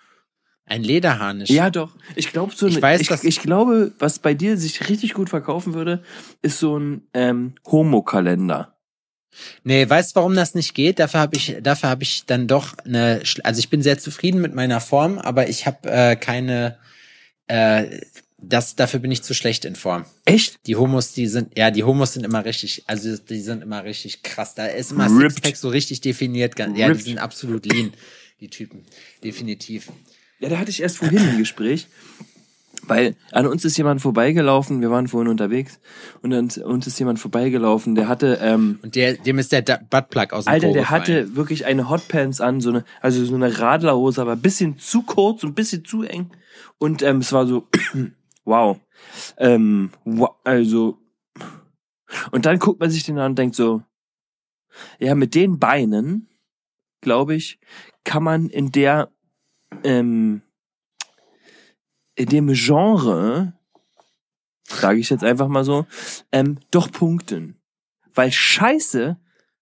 Ein Lederharnisch? Ja, doch. Ich glaube, so ich, eine, weiß, ich, dass ich glaube, was bei dir sich richtig gut verkaufen würde, ist so ein ähm, Homo-Kalender. Nee, weißt du, warum das nicht geht? Dafür habe ich, dafür habe ich dann doch eine, also ich bin sehr zufrieden mit meiner Form, aber ich habe äh, keine Äh, das, dafür bin ich zu schlecht in Form. Echt? Die Homos, die sind, ja, die Homos sind immer richtig, also die sind immer richtig krass. Da ist immer Ripped. Sixpack so richtig definiert. Ja, Ripped. Die sind absolut lean, die Typen. Definitiv. Ja, da hatte ich erst vorhin ein Gespräch, weil an uns ist jemand vorbeigelaufen, wir waren vorhin unterwegs und an uns ist jemand vorbeigelaufen, der hatte ähm, und der, dem ist der Buttplug aus dem Alter, Po der gefallen. hatte wirklich eine Hotpants an, so eine, also so eine Radlerhose, aber ein bisschen zu kurz, ein bisschen zu eng und ähm, es war so, wow, ähm, wow, also und dann guckt man sich den an und denkt so, ja, mit den Beinen, glaube ich, kann man in der ähm, in dem Genre sage ich jetzt einfach mal so, ähm, doch punkten. Weil scheiße,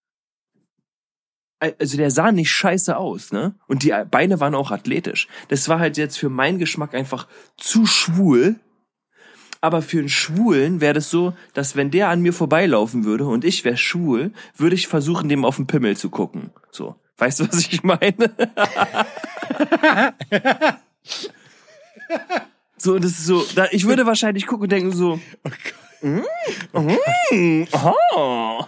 also der sah nicht scheiße aus, ne? Und die Beine waren auch athletisch. Das war halt jetzt für meinen Geschmack einfach zu schwul. Aber für einen Schwulen wäre das so, dass wenn der an mir vorbeilaufen würde und ich wäre schwul, würde ich versuchen, dem auf den Pimmel zu gucken. So. Weißt du, was ich meine? So, das ist so, da, ich würde wahrscheinlich gucken und denken so, oh Gott. Mm, mm, aha.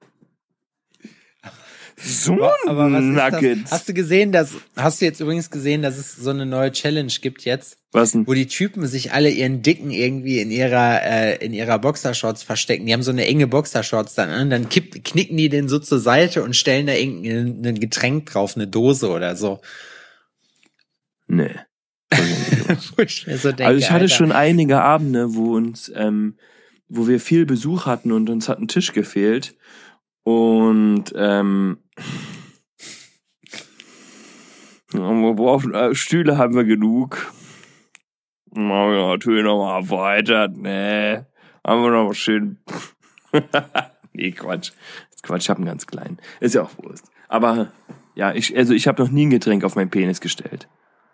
So aber was Nuggets. Ist das? Hast du gesehen, dass, hast du jetzt übrigens gesehen, dass es so eine neue Challenge gibt jetzt? Was denn? Wo die Typen sich alle ihren Dicken irgendwie in ihrer, äh, in ihrer Boxershorts verstecken. Die haben so eine enge Boxershorts dann an, dann kipp, knicken die den so zur Seite und stellen da irgendein Getränk drauf, eine Dose oder so. Nee. Wo ich mir so denke, also ich hatte Alter. schon einige Abende, wo uns, ähm, wo wir viel Besuch hatten und uns hat ein Tisch gefehlt. Und ähm, wir brauchen, äh, Stühle haben wir genug. Machen wir natürlich noch mal erweitert. Nee, haben wir noch mal schön. Nee, Quatsch. Quatsch, ich hab einen ganz kleinen. Ist ja auch Wurst. Aber ja, ich, also ich habe noch nie ein Getränk auf meinen Penis gestellt.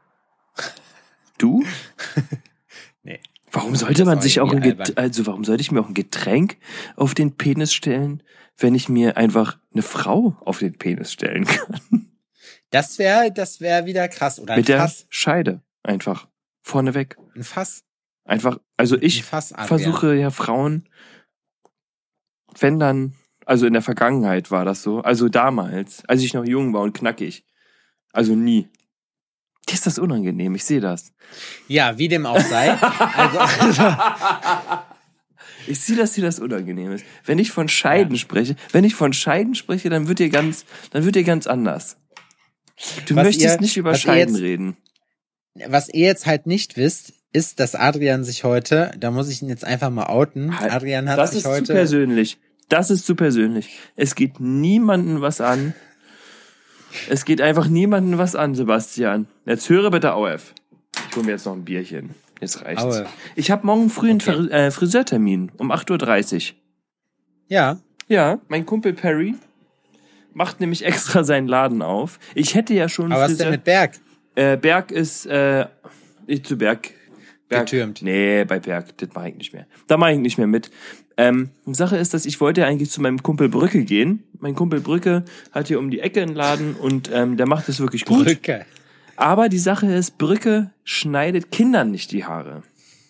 Du? Nee. Warum sollte man sich auch ein Get- also warum sollte ich mir auch ein Getränk auf den Penis stellen, wenn ich mir einfach eine Frau auf den Penis stellen kann? Das wäre, das wäre wieder krass. Oder ein Mit der Fass. Scheide einfach vorneweg. Ein Fass. Einfach, also ich Fass, versuche ja Frauen, wenn dann, also in der Vergangenheit war das so, also damals, als ich noch jung war und knackig, also nie. Dir ist das unangenehm, ich sehe das. Ja, wie dem auch sei. also, also Ich sehe, dass dir das unangenehm ist. Wenn ich von Scheiden ja. spreche, wenn ich von Scheiden spreche, dann wird dir ganz, dann wird dir ganz anders. Du was möchtest ihr, nicht über Scheiden jetzt, reden. Was ihr jetzt halt nicht wisst, ist, dass Adrian sich heute, da muss ich ihn jetzt einfach mal outen. Halt, Adrian hat das sich ist heute. zu persönlich. Das ist zu persönlich. Es geht niemandem was an. Es geht einfach niemandem was an, Sebastian. Jetzt höre bitte auf. Ich hole mir jetzt noch ein Bierchen. Jetzt reicht's. Aue. Ich habe morgen früh einen okay. äh, Friseurtermin um acht Uhr dreißig. Ja. Ja, mein Kumpel Perry macht nämlich extra seinen Laden auf. Ich hätte ja schon... Aber Friseur- was denn mit Berg? Äh, Berg ist... Äh, ich zu Berg... Berg. Getürmt. Nee, bei Berg, das mache ich nicht mehr. Da mache ich nicht mehr mit. Ähm, die Sache ist, dass ich wollte eigentlich zu meinem Kumpel Brücke gehen. Mein Kumpel Brücke hat hier um die Ecke einen Laden und ähm, der macht es wirklich gut. Brücke. Aber die Sache ist, Brücke schneidet Kindern nicht die Haare.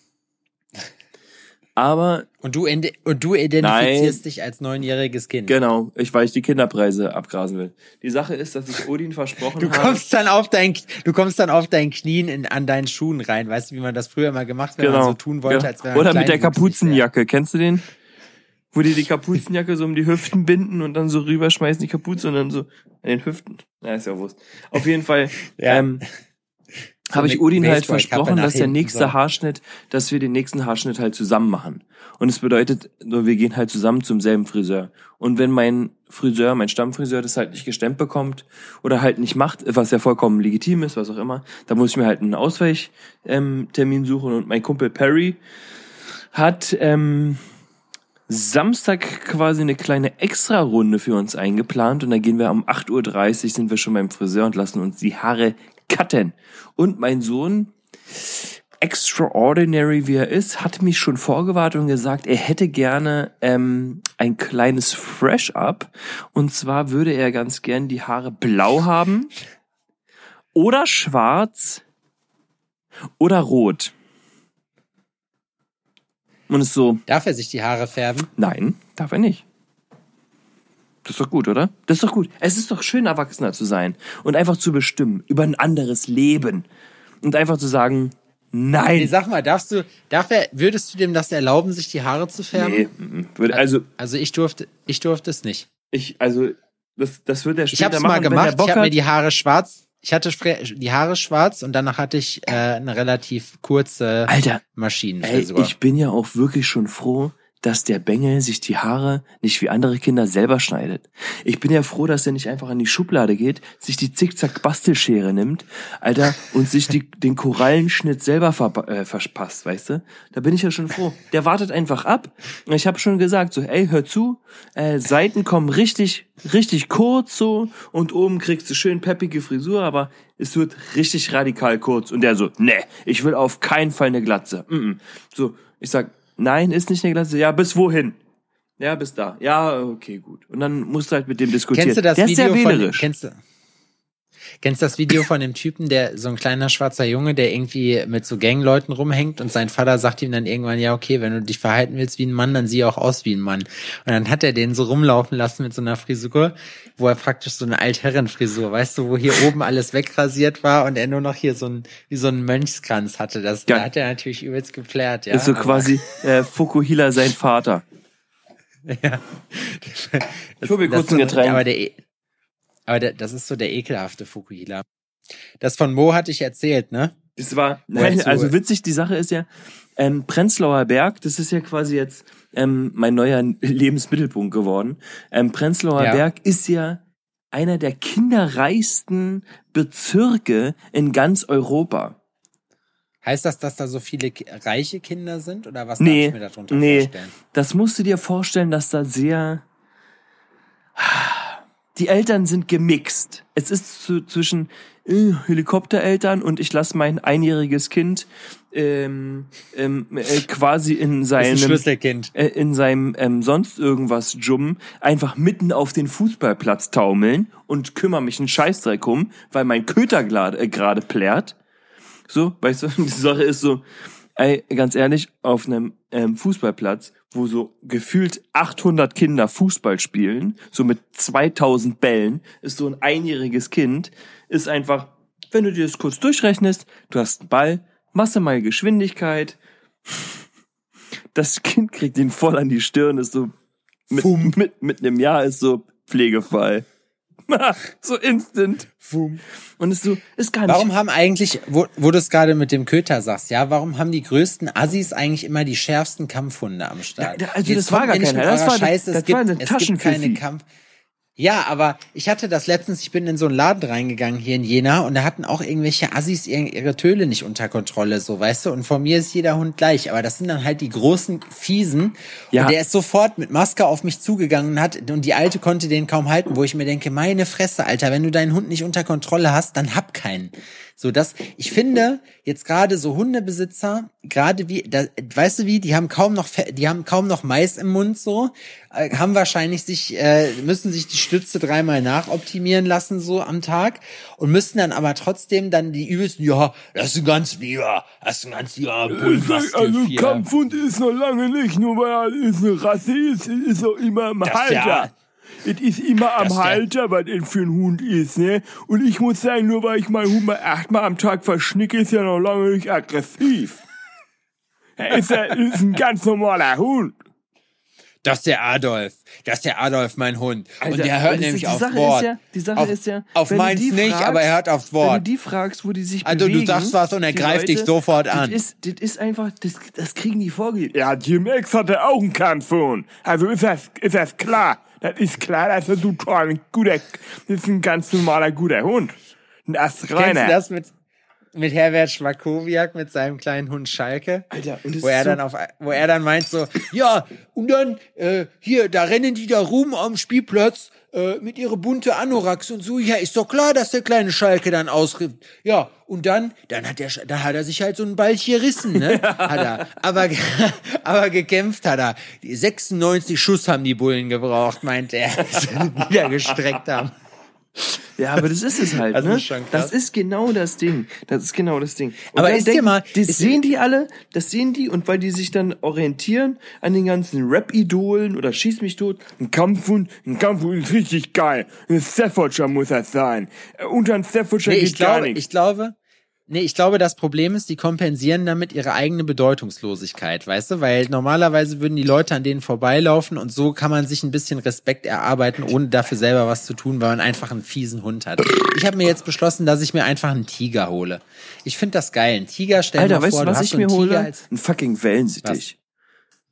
Aber... Und du, und du identifizierst nein, dich als neunjähriges Kind. Genau, ich, weil ich die Kinderpreise abgrasen will. Die Sache ist, dass ich Odin versprochen du kommst habe... Dann auf dein, du kommst dann auf deinen Knien in, an deinen Schuhen rein. Weißt du, wie man das früher mal gemacht hat, wenn genau, man so tun wollte, genau. als wäre man Oder mit der Kapuzenjacke, kennst du den? Wo die die Kapuzenjacke so um die Hüften binden und dann so rüberschmeißen die Kapuze und dann so an den Hüften. Na, ist ja Wurst. Auf jeden Fall... ja. ähm, So habe ich Odin halt versprochen, dass der nächste so. Haarschnitt, dass wir den nächsten Haarschnitt halt zusammen machen. Und es bedeutet, wir gehen halt zusammen zum selben Friseur. Und wenn mein Friseur, mein Stammfriseur das halt nicht gestemmt bekommt oder halt nicht macht, was ja vollkommen legitim ist, was auch immer, dann muss ich mir halt einen Ausweichtermin ähm, suchen. Und mein Kumpel Perry hat ähm, Samstag quasi eine kleine Extra-Runde für uns eingeplant. Und da gehen wir um acht Uhr dreißig, sind wir schon beim Friseur und lassen uns die Haare cutten. Und mein Sohn, extraordinary wie er ist, hat mich schon vorgewarnt und gesagt, er hätte gerne ähm, ein kleines Fresh-Up. Und zwar würde er ganz gern die Haare blau haben oder schwarz oder rot. Und es ist so... Darf er sich die Haare färben? Nein, darf er nicht. Das ist doch gut, oder? Das ist doch gut. Es ist doch schön, Erwachsener zu sein und einfach zu bestimmen über ein anderes Leben und einfach zu sagen, nein. Nee, sag mal, darfst du, darf er, würdest du dem das erlauben, sich die Haare zu färben? Nee, würde, also, also ich durfte, ich durfte es nicht. Ich, also, das, das wird er später machen. Ich hab's mal gemacht, ich habe mir die Haare schwarz, ich hatte die Haare schwarz und danach hatte ich äh, eine relativ kurze Alter, Maschinenfrisur. Ey, ich bin ja auch wirklich schon froh, dass der Bengel sich die Haare nicht wie andere Kinder selber schneidet. Ich bin ja froh, dass er nicht einfach an die Schublade geht, sich die Zickzack-Bastelschere nimmt, Alter, und sich die, den Korallenschnitt selber ver, äh, verpasst, weißt du? Da bin ich ja schon froh. Der wartet einfach ab. Ich habe schon gesagt, so, ey, hör zu, äh, Seiten kommen richtig, richtig kurz so und oben kriegst du schön peppige Frisur, aber es wird richtig radikal kurz. Und der so, ne, ich will auf keinen Fall eine Glatze. Mm-mm. So, ich sag, nein, ist nicht eine Glatze. Ja, bis wohin? Ja, bis da. Ja, okay, gut. Und dann musst du halt mit dem diskutieren. Kennst du das der Video ist sehr von, wählerisch. kennst du, kennst du das Video von dem Typen, der so ein kleiner schwarzer Junge, der irgendwie mit so Gangleuten rumhängt und sein Vater sagt ihm dann irgendwann, ja, okay, wenn du dich verhalten willst wie ein Mann, dann sieh auch aus wie ein Mann. Und dann hat er den so rumlaufen lassen mit so einer Frisur, wo er praktisch so eine Altherrenfrisur, weißt du, wo hier oben alles wegrasiert war und er nur noch hier so ein, wie so ein Mönchskranz hatte. Das, ja. Da hat er natürlich übelst geplärt, ja. Ist so quasi äh, Fukuhila sein Vater. Ja. Ich hol mir kurz ein Getränk. Aber der, aber der, das ist so der ekelhafte Fukuhila. Das von Mo hatte ich erzählt, ne? Das war, nein, also witzig, die Sache ist ja, ähm, Prenzlauer Berg, das ist ja quasi jetzt ähm, mein neuer Lebensmittelpunkt geworden. Ähm, Prenzlauer ja. Berg ist ja einer der kinderreichsten Bezirke in ganz Europa. Heißt das, dass da so viele reiche Kinder sind? Oder was nee, darf ich mir darunter nee, vorstellen? Das musst du dir vorstellen, dass da sehr... Die Eltern sind gemixt. Es ist zu, zwischen äh, Helikoptereltern und ich lasse mein einjähriges Kind ähm, ähm, äh, quasi in seinem Schlüsselkind. Äh, in seinem ähm, sonst irgendwas Jum einfach mitten auf den Fußballplatz taumeln und kümmere mich einen Scheißdreck um, weil mein Köter gerade äh, gerade plärt. So, weißt du, die Sache ist so, ey, ganz ehrlich, auf einem ähm, Fußballplatz, wo so gefühlt achthundert Kinder Fußball spielen, so mit zweitausend Bällen, ist so ein einjähriges Kind, ist einfach, wenn du dir das kurz durchrechnest, du hast einen Ball, machst du mal Geschwindigkeit, das Kind kriegt ihn voll an die Stirn, ist so, mit, mit, mit einem Jahr ist so Pflegefall. So instant. Fum. Und es so, ist gar nicht. Warum haben eigentlich, wo, wo du es gerade mit dem Köter sagst, ja, warum haben die größten Assis eigentlich immer die schärfsten Kampfhunde am Start? Ja, also Jetzt das war gar keiner. Das war, Scheiße, das es gibt, war eine es gibt keine Taschenpfiffi. Kampf. Ja, aber ich hatte das letztens, ich bin in so einen Laden reingegangen hier in Jena und da hatten auch irgendwelche Assis ihre Töle nicht unter Kontrolle, so, weißt du, und vor mir ist jeder Hund gleich, aber das sind dann halt die großen Fiesen ja. Und der ist sofort mit Maske auf mich zugegangen und hat, und die Alte konnte den kaum halten, wo ich mir denke, meine Fresse, Alter, wenn du deinen Hund nicht unter Kontrolle hast, dann hab keinen. So, das, ich finde, jetzt gerade so Hundebesitzer, gerade wie, da, weißt du wie, die haben kaum noch, die haben kaum noch Mais im Mund, so, äh, haben wahrscheinlich sich, äh, müssen sich die Stütze dreimal nachoptimieren lassen, so am Tag, und müssten dann aber trotzdem dann die übelsten, ja, das ist ein ganz lieber, das ist ein ganz lieber Bullmastiff Also hier. Kampfhund ist noch lange nicht, nur weil es eine Rasse ist, ist auch immer am Das Halter. ja, Es ist immer am Das der- Halter, was es für ein Hund ist, ne? Und ich muss sagen, nur weil ich meinen Hund mal achtmal am Tag verschnicke, ist er noch lange nicht aggressiv. Er ist, er ist ein ganz normaler Hund. Das ist der Adolf. Das ist der Adolf, mein Hund. Alter, und der hört das ist- nämlich die aufs Sache Wort. Ist ja, die Sache auf, ist ja, auf wenn du meins die nicht, fragst, aber er hört aufs Wenn Wort. du die fragst, wo die sich Also bewegen, du sagst was und er die greift dich Leute, sofort an. Das ist, das ist einfach, das, das kriegen die vorgegeben. Ja, Jim X hatte auch einen Kampfhund. Also ist das, ist das klar. Das ist klar, dass er so ein guter, das ist ein ganz normaler, guter Hund. Ein Kennst du Astreiner. das mit, mit Herbert Schwakowiak, mit seinem kleinen Hund Schalke? Alter, und das Wo er ist dann so, auf, wo er dann meint so, ja, und dann, äh, hier, da rennen die da rum am Spielplatz, äh, mit ihre bunte Anoraks und so. Ja, ist doch klar, dass der kleine Schalke dann ausrifft. Ja, und dann, dann hat der, Sch- da hat er sich halt so einen Ball gerissen, ne? Hat er. Aber, ge- aber gekämpft hat er. Die sechsundneunzig Schuss haben die Bullen gebraucht, meint er, bis sie ihn niedergestreckt haben. ja, aber das ist es halt, Das ne? ist schon krass. Das ist genau das Ding. Das ist genau das Ding. Und Aber dann ist dir mal- das ist- sehen die alle, das sehen die, und weil die sich dann orientieren an den ganzen Rap-Idolen oder Schieß mich tot, Ein Kampfhund, ein Kampfhund ist richtig geil. Ein Staffordshire muss das sein. Äh, Unter ein Staffordshire Nee, geht ich gar glaube, nichts. ich glaube, nee, ich glaube, das Problem ist, die kompensieren damit ihre eigene Bedeutungslosigkeit, weißt du? Weil normalerweise würden die Leute an denen vorbeilaufen und so kann man sich ein bisschen Respekt erarbeiten, ohne dafür selber was zu tun, weil man einfach einen fiesen Hund hat. Ich habe mir jetzt beschlossen, dass ich mir einfach einen Tiger hole. Ich finde das geil. Ein Tiger, stell Alter, dir mal weißt vor, du, was du hast ich so mir einen Tiger hole? als Ein fucking Wellensittich.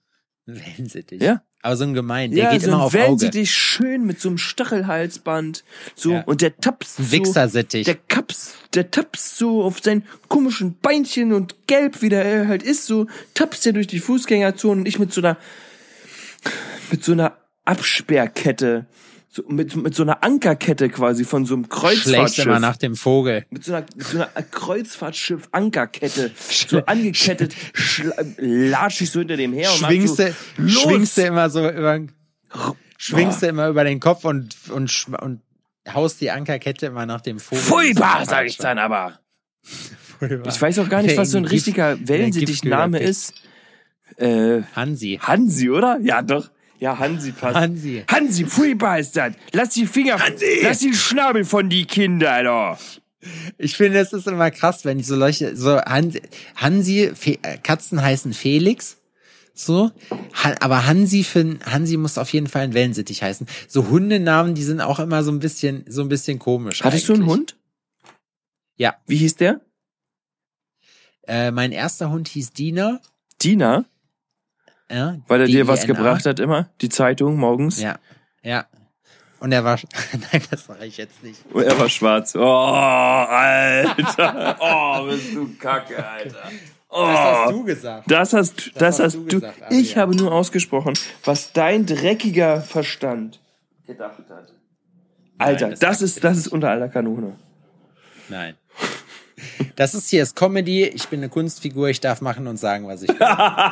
Wellensittich? Ja. Aber so ein gemein, der ja, geht so immer ein auf Auge. Wellensittich schön mit so einem Stachelhalsband. So, Ja. und der tapst so. Wichsersittich. Der kaps, der tapst so auf seinen komischen Beinchen und gelb, wie der halt ist, so tapst er durch die Fußgängerzone und ich mit so einer, mit so einer Absperrkette, so, mit, mit so einer Ankerkette quasi von so einem Schlägst Kreuzfahrtschiff. immer nach dem Vogel. Mit so einer, mit so einer Kreuzfahrtschiff-Ankerkette, so angekettet, latsch ich so hinter dem her und mach Schwingst so, du, los! schwingst du immer so über, schwingst du immer über den Kopf und, und, sch- und haust die Ankerkette immer nach dem Vogel. Furchtbar, sag ich dann aber. Ich weiß auch gar nicht, was so ein Gift- richtiger Wellensittich-Name Gift- ist. Äh, Hansi. Hansi, oder? Ja, doch. Ja, Hansi passt. Hansi. Hansi, furchtbar ist das. Lass die Finger, Hansi! lass die Schnabel von die Kinder, doch. Ich finde, es ist immer krass, wenn ich so Leute, so Hansi, Hansi Fe, äh, Katzen heißen Felix, so, Han, aber Hansi für, Hansi muss auf jeden Fall ein Wellensittich heißen. So Hundenamen, die sind auch immer so ein bisschen, so ein bisschen komisch. Hattest du einen eigentlich. Hund? Ja. Wie hieß der? Äh, mein erster Hund hieß Dina. Dina? Ja, Weil er dir was D I N A. gebracht hat immer? Die Zeitung morgens? Ja, ja. Und er war, nein, das sage ich jetzt nicht. Und er war schwarz. Oh, Alter. Oh, bist du kacke, Alter. Oh, Das hast du gesagt. Das hast, das Das hast hast du du. gesagt, Ich Adrian. habe nur ausgesprochen, was dein dreckiger Verstand gedacht hat. Alter, das das, sagst ist, du das nicht. ist unter aller Kanone. Nein. Das ist hier ist Comedy. Ich bin eine Kunstfigur. Ich darf machen und sagen, was ich will.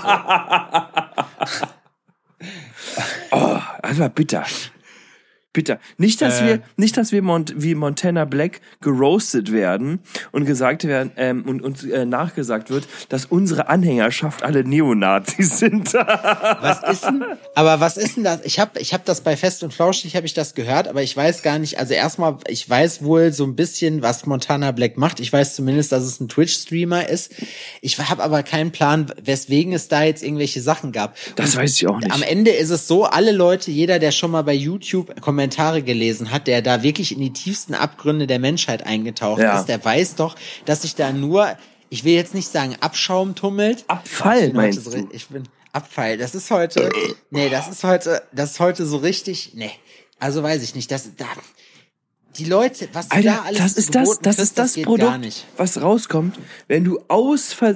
Oh, das war bitter. Bitter. Nicht, dass Äh. wir, nicht, dass wir Mont wie Montana Black geroastet werden und gesagt werden, ähm, und uns äh, nachgesagt wird, dass unsere Anhängerschaft alle Neonazis sind. Was ist denn? Aber was ist denn das? Ich habe ich hab das bei Fest und Flauschig habe ich das gehört, aber ich weiß gar nicht. Also erstmal, ich weiß wohl so ein bisschen, was Montana Black macht. Ich weiß zumindest, dass es ein Twitch-Streamer ist. Ich habe aber keinen Plan, weswegen es da jetzt irgendwelche Sachen gab. Das weiß ich auch nicht. Am Ende ist es so, alle Leute, jeder, der schon mal bei YouTube Kommentare gelesen hat, der da wirklich in die tiefsten Abgründe der Menschheit eingetaucht Ja. ist, der weiß doch, dass sich da nur, ich will jetzt nicht sagen Abschaum tummelt. Abfall, Ich bin meinst heute so, du? Ich bin Abfall. Das ist heute, nee, das ist heute, das ist heute so richtig, nee. Also weiß ich nicht, das, da, die Leute, was die Alter, da alles das ist das, geboten das kriegst, ist das geht Produkt, gar nicht. was rauskommt, wenn du aus Ver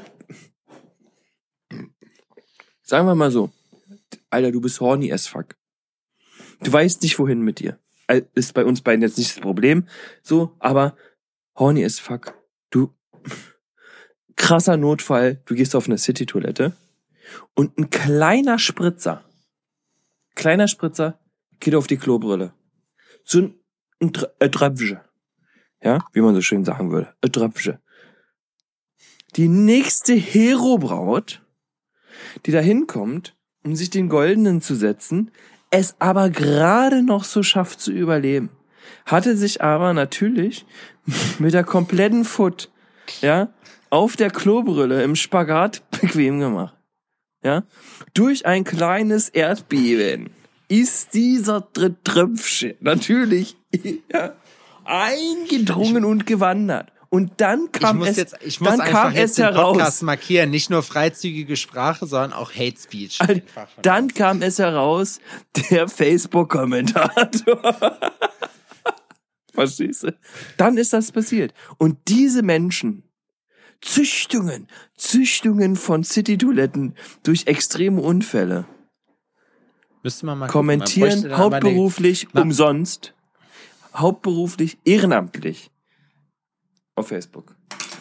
Sagen wir mal so, Alter, du bist horny as fuck. Du weißt nicht, wohin mit dir. Ist bei uns beiden jetzt nicht das Problem, so, aber horny as fuck. Du, krasser Notfall, du gehst auf eine City-Toilette und ein kleiner Spritzer, kleiner Spritzer geht auf die Klobrille. So ein, ein, Tr- ein Tröpfchen. Ja, wie man so schön sagen würde. Ein Tröpfchen. Die nächste Hero-Braut, die da hinkommt, um sich den Goldenen zu setzen, es aber gerade noch so schafft zu überleben, hatte sich aber natürlich mit der kompletten Foot, ja, auf der Klobrille im Spagat bequem gemacht. Ja, durch ein kleines Erdbeben ist dieser Tr- Tröpfchen natürlich ja, eingedrungen und gewandert. Und dann kam ich muss es, jetzt, ich muss dann einfach kam jetzt es den heraus. Podcast markieren. Nicht nur freizügige Sprache, sondern auch Hate Speech. Alter, dann kam es heraus, der Facebook-Kommentator. Verstehst du? Dann ist das passiert. Und diese Menschen, Züchtungen, Züchtungen von City-Toiletten durch extreme Unfälle, Müsste man mal kommentieren gucken. Man bräuchte dann aber hauptberuflich eine- umsonst, hauptberuflich ehrenamtlich auf Facebook.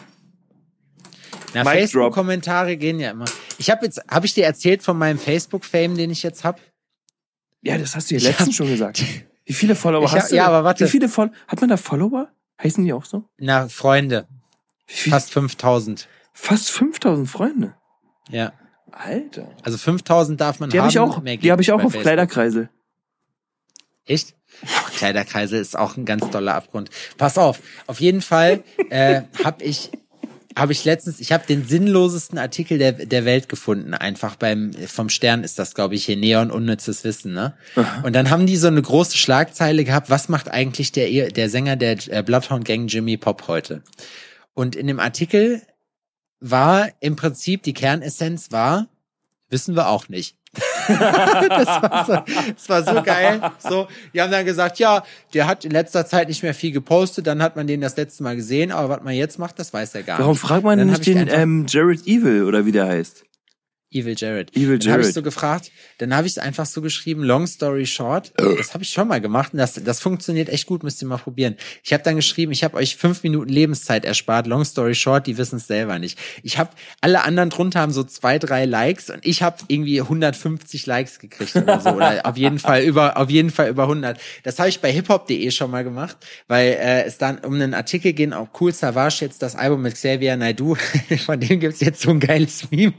Na, Mic drop. Facebook-Kommentare gehen ja immer. Ich habe jetzt, habe ich dir erzählt von meinem Facebook-Fame, den ich jetzt hab? Ja, das hast du ja Ich letztens hab- schon gesagt. Wie viele Follower Ich hast hab- du? ja, aber warte. Wie viele Follower? Hat man da Follower? Heißen die auch so? Na, Freunde, Wie viel? fast fünftausend. Fast fünftausend Freunde. Ja. Alter. Also fünftausend darf man Die haben. habe ich auch, mehr die geht habe ich nicht auch bei auf Facebook. Kleiderkreisel. Echt? Ach, Kleiderkreisel ist auch ein ganz toller Abgrund. Pass auf, auf jeden Fall äh, habe ich habe ich letztens, ich habe den sinnlosesten Artikel der der Welt gefunden, einfach beim vom Stern ist das, glaube ich, hier Neon unnützes Wissen, ne? Und dann haben die so eine große Schlagzeile gehabt, was macht eigentlich der der Sänger der äh, Bloodhound Gang Jimmy Pop heute? Und in dem Artikel war im Prinzip die Kernessenz war, wissen wir auch nicht. das, war so, das war so geil. So, die haben dann gesagt, ja, der hat in letzter Zeit nicht mehr viel gepostet, dann hat man den das letzte Mal gesehen, aber was man jetzt macht, das weiß er gar Warum nicht. Warum fragt man denn nicht den ähm, Jared Evil oder wie der heißt? Evil Jared. Evil Jared. Dann habe ich so gefragt, dann habe ich einfach so geschrieben, long story short, das habe ich schon mal gemacht und das, das funktioniert echt gut, müsst ihr mal probieren. Ich habe dann geschrieben, ich habe euch fünf Minuten Lebenszeit erspart, long story short, die wissen es selber nicht. Ich habe, alle anderen drunter haben so zwei, drei Likes und ich habe irgendwie hundertfünfzig Likes gekriegt oder so, oder auf jeden Fall über, auf jeden Fall über hundert. Das habe ich bei hiphop punkt de schon mal gemacht, weil äh, es dann um einen Artikel ging, auch Cool Savage, jetzt das Album mit Xavier Naidoo, von dem gibt's jetzt so ein geiles Meme.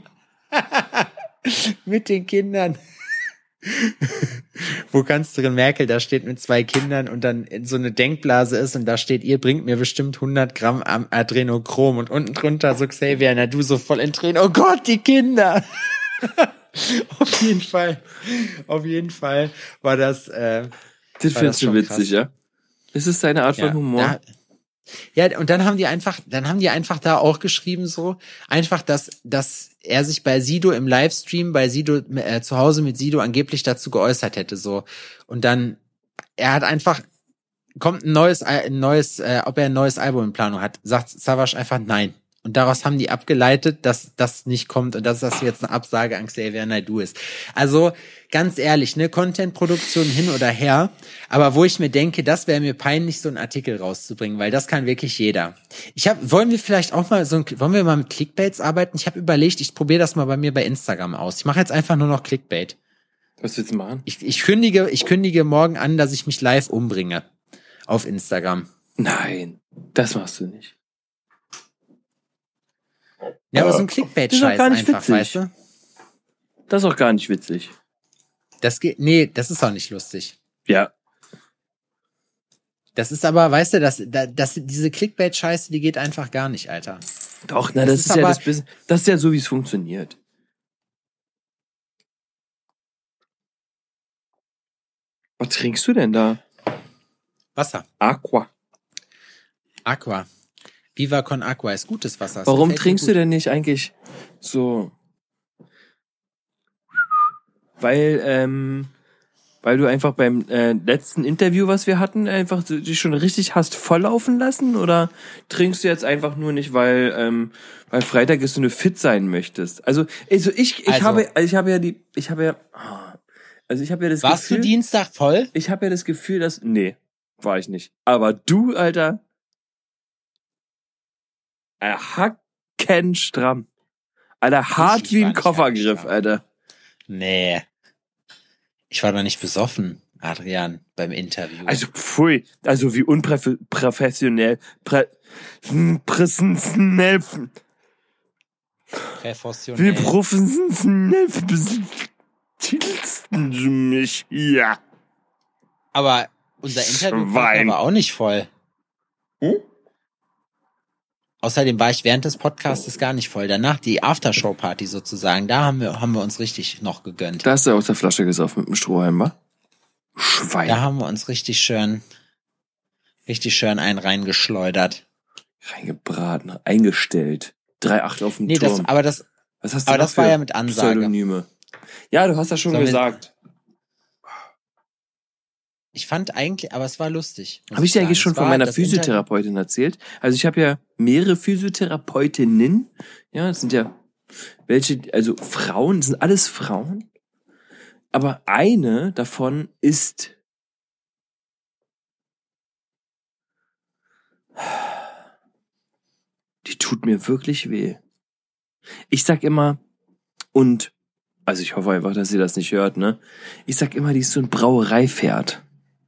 Mit den Kindern. Wo Kanzlerin Merkel da steht mit zwei Kindern und dann in so eine Denkblase ist und da steht, ihr bringt mir bestimmt hundert Gramm Adrenochrom und unten drunter so Xavier, na du so voll in Tränen, oh Gott, die Kinder. Auf jeden Fall, auf jeden Fall war das, äh, das findest du witzig, krass. Ja? Ist es deine Art ja, von Humor? Da, ja, und dann haben die einfach, dann haben die einfach da auch geschrieben so, einfach, dass, dass er sich bei Sido im Livestream, bei Sido, äh, zu Hause mit Sido angeblich dazu geäußert hätte, so. Und dann, er hat einfach, kommt ein neues, ein neues, äh, ob er ein neues Album in Planung hat, sagt Savage einfach nein. Und daraus haben die abgeleitet, dass das nicht kommt und dass das jetzt eine Absage an Xavier Naidoo ist. Also, ganz ehrlich, ne, Content-Produktion hin oder her, aber wo ich mir denke, das wäre mir peinlich, so einen Artikel rauszubringen, weil das kann wirklich jeder. Ich hab, wollen wir vielleicht auch mal so ein, wollen wir mal mit Clickbaits arbeiten? Ich habe überlegt, ich probiere das mal bei mir bei Instagram aus. Ich mache jetzt einfach nur noch Clickbait. Was willst du machen? Ich, ich kündige, ich kündige morgen an, dass ich mich live umbringe. Auf Instagram. Nein, das machst du nicht. Ja, aber so ein Clickbait-Scheiß einfach, witzig. Weißt du? Das ist auch gar nicht witzig. Das geht, nee, das ist auch nicht lustig. Ja. Das ist aber, weißt du, das, das, diese Clickbait-Scheiße, die geht einfach gar nicht, Alter. Doch, na, das, das ist, ist ja das Business, das ist ja so, wie es funktioniert. Was trinkst du denn da? Wasser. Aqua. Aqua. Viva con Aqua ist gutes Wasser. Das Warum trinkst du denn nicht eigentlich so? Weil, ähm, weil du einfach beim äh, letzten Interview, was wir hatten, einfach so, dich schon richtig hast volllaufen lassen? Oder trinkst du jetzt einfach nur nicht, weil ähm, weil Freitag ist, du nur fit sein möchtest? Also, also ich ich also, habe ich habe ja die ich habe ja also ich habe ja das warst Gefühl. Warst du Dienstag voll? Ich habe ja das Gefühl, dass nee, war ich nicht. Aber du, Alter, hackenstramm. Alter, hart wie ein Koffergriff, Alter. Nee. Ich war doch nicht besoffen, Adrian, beim Interview. Also, pfui. Also, wie unprofessionell. Prä, professionell. Professionell. Wie professionell betitelst du mich hier? Aber unser Interview war auch nicht voll. Hm? Außerdem war ich während des Podcasts gar nicht voll. Danach die Aftershow-Party sozusagen, da haben wir haben wir uns richtig noch gegönnt. Da hast du aus der Flasche gesoffen mit dem Strohhalm, wa? Schwein. Da haben wir uns richtig schön, richtig schön einen reingeschleudert. Reingebraten, eingestellt. drei Komma acht auf dem nee, Turm. Das, aber das, Was hast du aber das war ja mit Ansage. Pseudonyme? Ja, du hast das schon Sollen gesagt. Ich fand eigentlich, aber es war lustig. Habe ich dir eigentlich schon von meiner Physiotherapeutin erzählt? Also ich habe ja mehrere Physiotherapeutinnen. Ja, das sind ja welche, also Frauen, das sind alles Frauen. Aber eine davon ist die tut mir wirklich weh. Ich sag immer, und, also ich hoffe einfach, dass ihr das nicht hört, ne? Ich sag immer, die ist so ein Brauereipferd.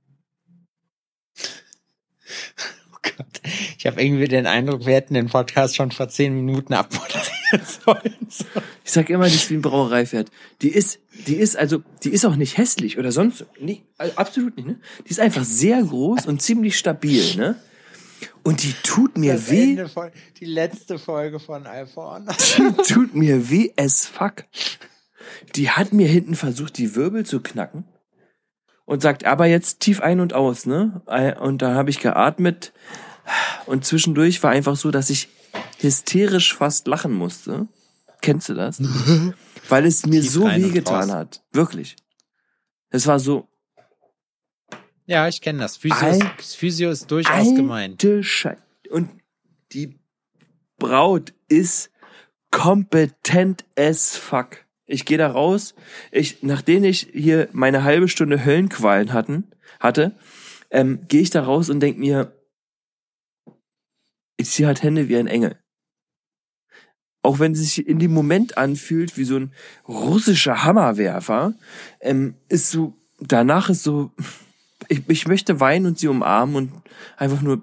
Gott. Ich habe irgendwie den Eindruck, wir hätten den Podcast schon vor zehn Minuten abmoderieren sollen. Ich sag immer, die ist wie ein Brauereipferd. Die ist, die ist also, die ist auch nicht hässlich oder sonst, nee, absolut nicht, ne? Die ist einfach sehr groß und ziemlich stabil, ne? Und die tut mir das weh. Ende von, die letzte Folge von iPhone. Die tut mir weh as fuck. Die hat mir hinten versucht, die Wirbel zu knacken. Und sagt, aber jetzt tief ein und aus, ne? Und da habe ich geatmet. Und zwischendurch war einfach so, dass ich hysterisch fast lachen musste. Kennst du das? Weil es mir Tief so rein und wehgetan raus. hat. Wirklich. Es war so, Ja, ich kenne das. Physio, Al- ist, Physio ist durchaus gemein. alte Scheiße. Und die Braut ist kompetent as fuck. Ich gehe da raus, ich, nachdem ich hier meine halbe Stunde Höllenqualen hatten, hatte, ähm, gehe ich da raus und denk mir, sie hat Hände wie ein Engel. Auch wenn sie sich in dem Moment anfühlt wie so ein russischer Hammerwerfer, ähm, ist so, danach ist so, ich, ich möchte weinen und sie umarmen und einfach nur